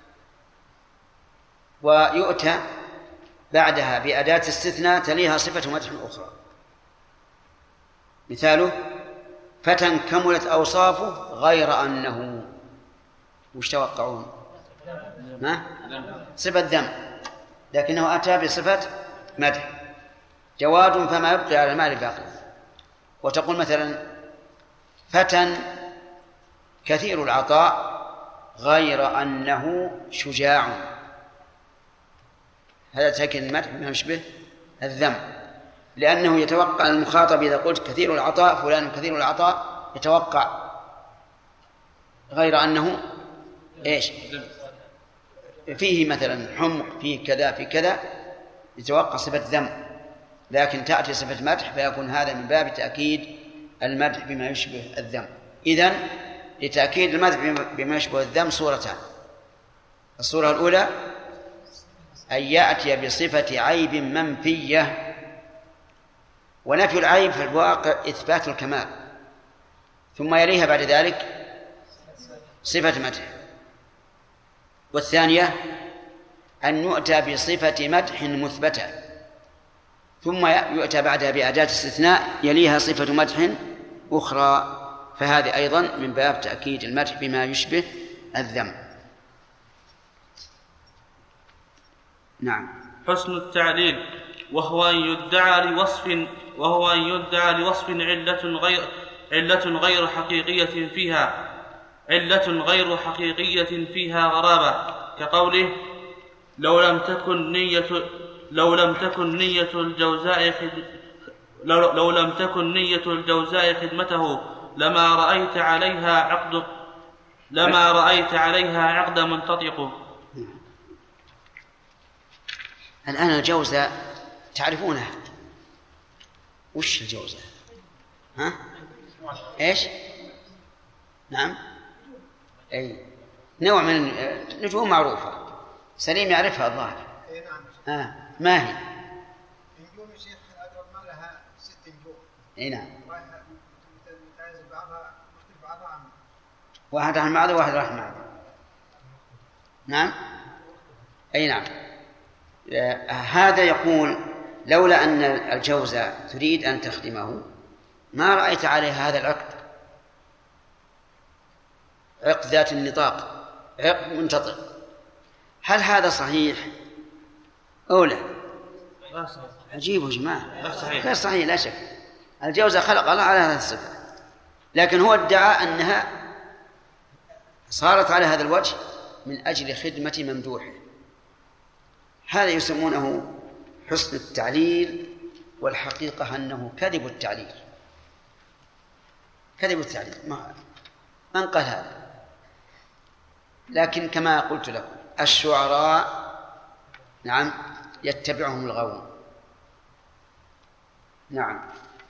Speaker 1: ويؤتى بعدها بأداة استثناء تليها صفة مدح أخرى. مثاله: فتى كملت أوصافه غير أنه، وش توقعون؟ ما؟ صفة ذم، لكنه أتى بصفة مدح. جواد فما يبقي على المال باقي. وتقول مثلا فتى كثير العطاء غير أنه شجاع، هذا تأكيد المدح بما يشبه الذم، لأنه يتوقع المخاطب إذا قلت كثير العطاء فلان كثير العطاء يتوقع غير أنه إيش؟ فيه مثلا حمق، فيه كذا، في كذا، يتوقع صفة ذم، لكن تأتي صفة مدح فيكون هذا من باب تأكيد المدح بما يشبه الذم. إذن لتأكيد المدح بما يشبه الذم صورتان: الصورة الأولى أن يأتي بصفة عيب منفية، ونفي العيب في الواقع إثبات الكمال، ثم يليها بعد ذلك صفة مدح. والثانية أن يؤتى بصفة مدح مثبتة ثم يؤتى بعدها بأداة استثناء يليها صفة مدح أخرى، فهذه أيضا من باب تأكيد المدح بما يشبه الذم. نعم.
Speaker 2: حسن التعليل وهو أن يدعى لوصف علة غير حقيقية فيها غرابة، كقوله لو لم تكن نية الجوزاء خدمته لما رأيت عليها عقد منتطق.
Speaker 1: الآن الجوزاء تعرفونها، وش الجوزاء؟ ها؟ إيش؟ نعم، أي نوع من نجوم معروفة، سليم يعرفها الظاهر. ما هي؟
Speaker 7: نجوم الشيخ أقرب ما لها 6 نجوم.
Speaker 1: أي نعم.
Speaker 7: متعزل بعضها مختلف بعضها عن
Speaker 1: واحد راح معه وواحد راح معه. نعم. أي نعم. هذا يقول لولا أن الجوزاء تريد أن تخدمه ما رأيت عليه هذا العقد، عقد ذات النطاق، عقد منتطق. هل هذا صحيح أو لا؟ عجيب يا جماعة، غير صحيح لا شك. الجوزاء خلق الله على هذا الصفة، لكن هو ادعى أنها صارت على هذا الوجه من أجل خدمة ممدوحه. هذا يسمونه حسن التعليل، والحقيقة أنه كذب التعليل. كذب التعليل من قال هذا؟ لكن كما قلت لكم الشعراء نعم يتبعهم الغاوون. نعم.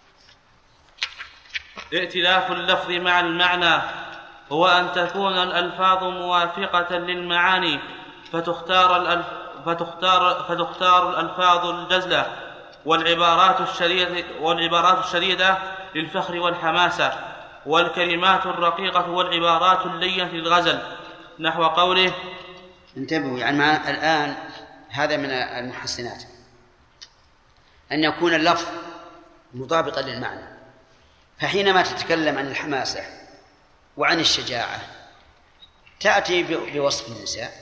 Speaker 2: ائتلاف اللفظ مع المعنى هو أن تكون الألفاظ موافقة للمعاني فتختار الألفاظ الجزلة والعبارات الشديدة للفخر والحماسة، والكلمات الرقيقة والعبارات اللينة للغزل، نحو قوله.
Speaker 1: انتبهوا، يعني الآن هذا من المحسنات أن يكون اللفظ مطابقا للمعنى، فحينما تتكلم عن الحماسة وعن الشجاعة تأتي بوصف النساء؟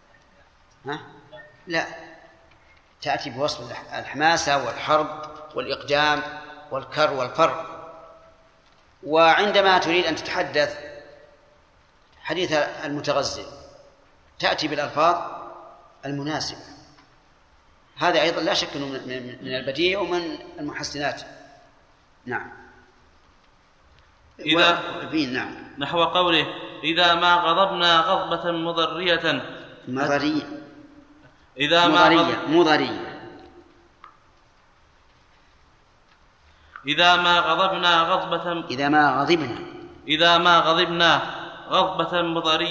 Speaker 1: لا، تأتي بوصف الحماسة والحرب والإقدام والكر والفر. وعندما تريد أن تتحدث حديث المتغزل تأتي بالألفاظ المناسبة. هذا أيضا لا شك من البديع ومن المحسنات. نعم.
Speaker 2: نعم. نحو قوله إذا ما غضبنا غضبة مضرية إذا ما غضبنا غضبة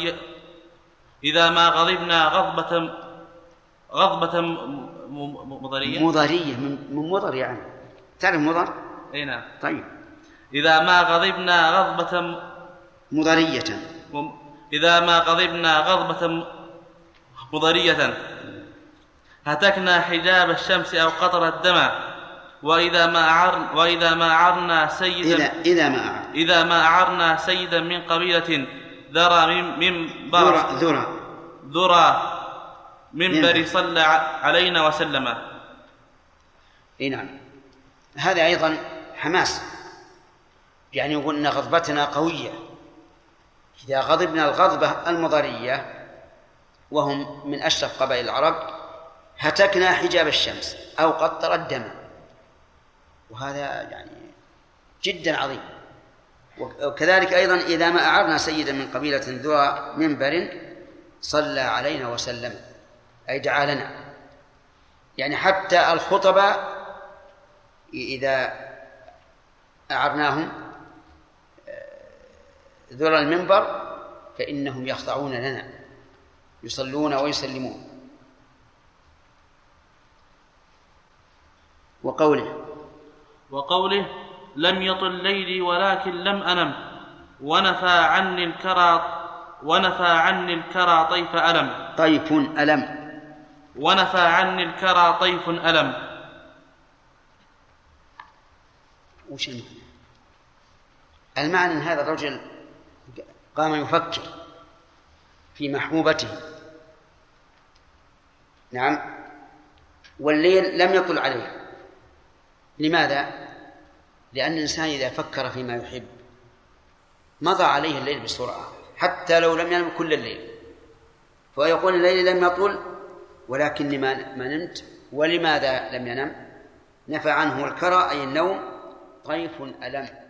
Speaker 1: مضرية من مضر، يعني تعرف مضر؟
Speaker 2: أي نعم.
Speaker 1: طيب.
Speaker 2: إذا ما غضبنا غضبة مضرية هتكنا حجاب الشمس أو قطر الدم وإذا ما أعرنا سيدا إذا ما أعرنا سيدا من قبيلة ذرى منبر صلى علينا وسلم.
Speaker 1: نعم، هذا أيضا حماس، يعني يقول إن غضبتنا قوية. إذا غضبنا الغضبة المضرية وهم من أشرف قبائل العرب هتكنا حجاب الشمس أو قطر الدم، وهذا يعني جدا عظيم. وكذلك أيضا إذا ما أعرنا سيدا من قبيلة ذو منبر صلى علينا وسلم، أي دعا لنا. يعني حتى الخطباء إذا أعرناهم ذرى المنبر فإنهم يخضعون لنا، يصلون ويسلمون.
Speaker 2: وقوله لم يطل ليلي ولكن لم أنم ونفى عني الكرى طيف ألم ونفى عني الكرى طيف ألم.
Speaker 1: وش المعنى؟ أن هذا الرجل قام يفكر في محبوبته، نعم، والليل لم يطل عليه. لماذا؟ لأن الإنسان إذا فكر فيما يحب مضى عليه الليل بسرعة حتى لو لم ينم كل الليل، فيقول الليل لم يطل ولكني ما نمت. ولماذا لم ينم؟ نفى عنه الكرى أي النوم طيف ألم.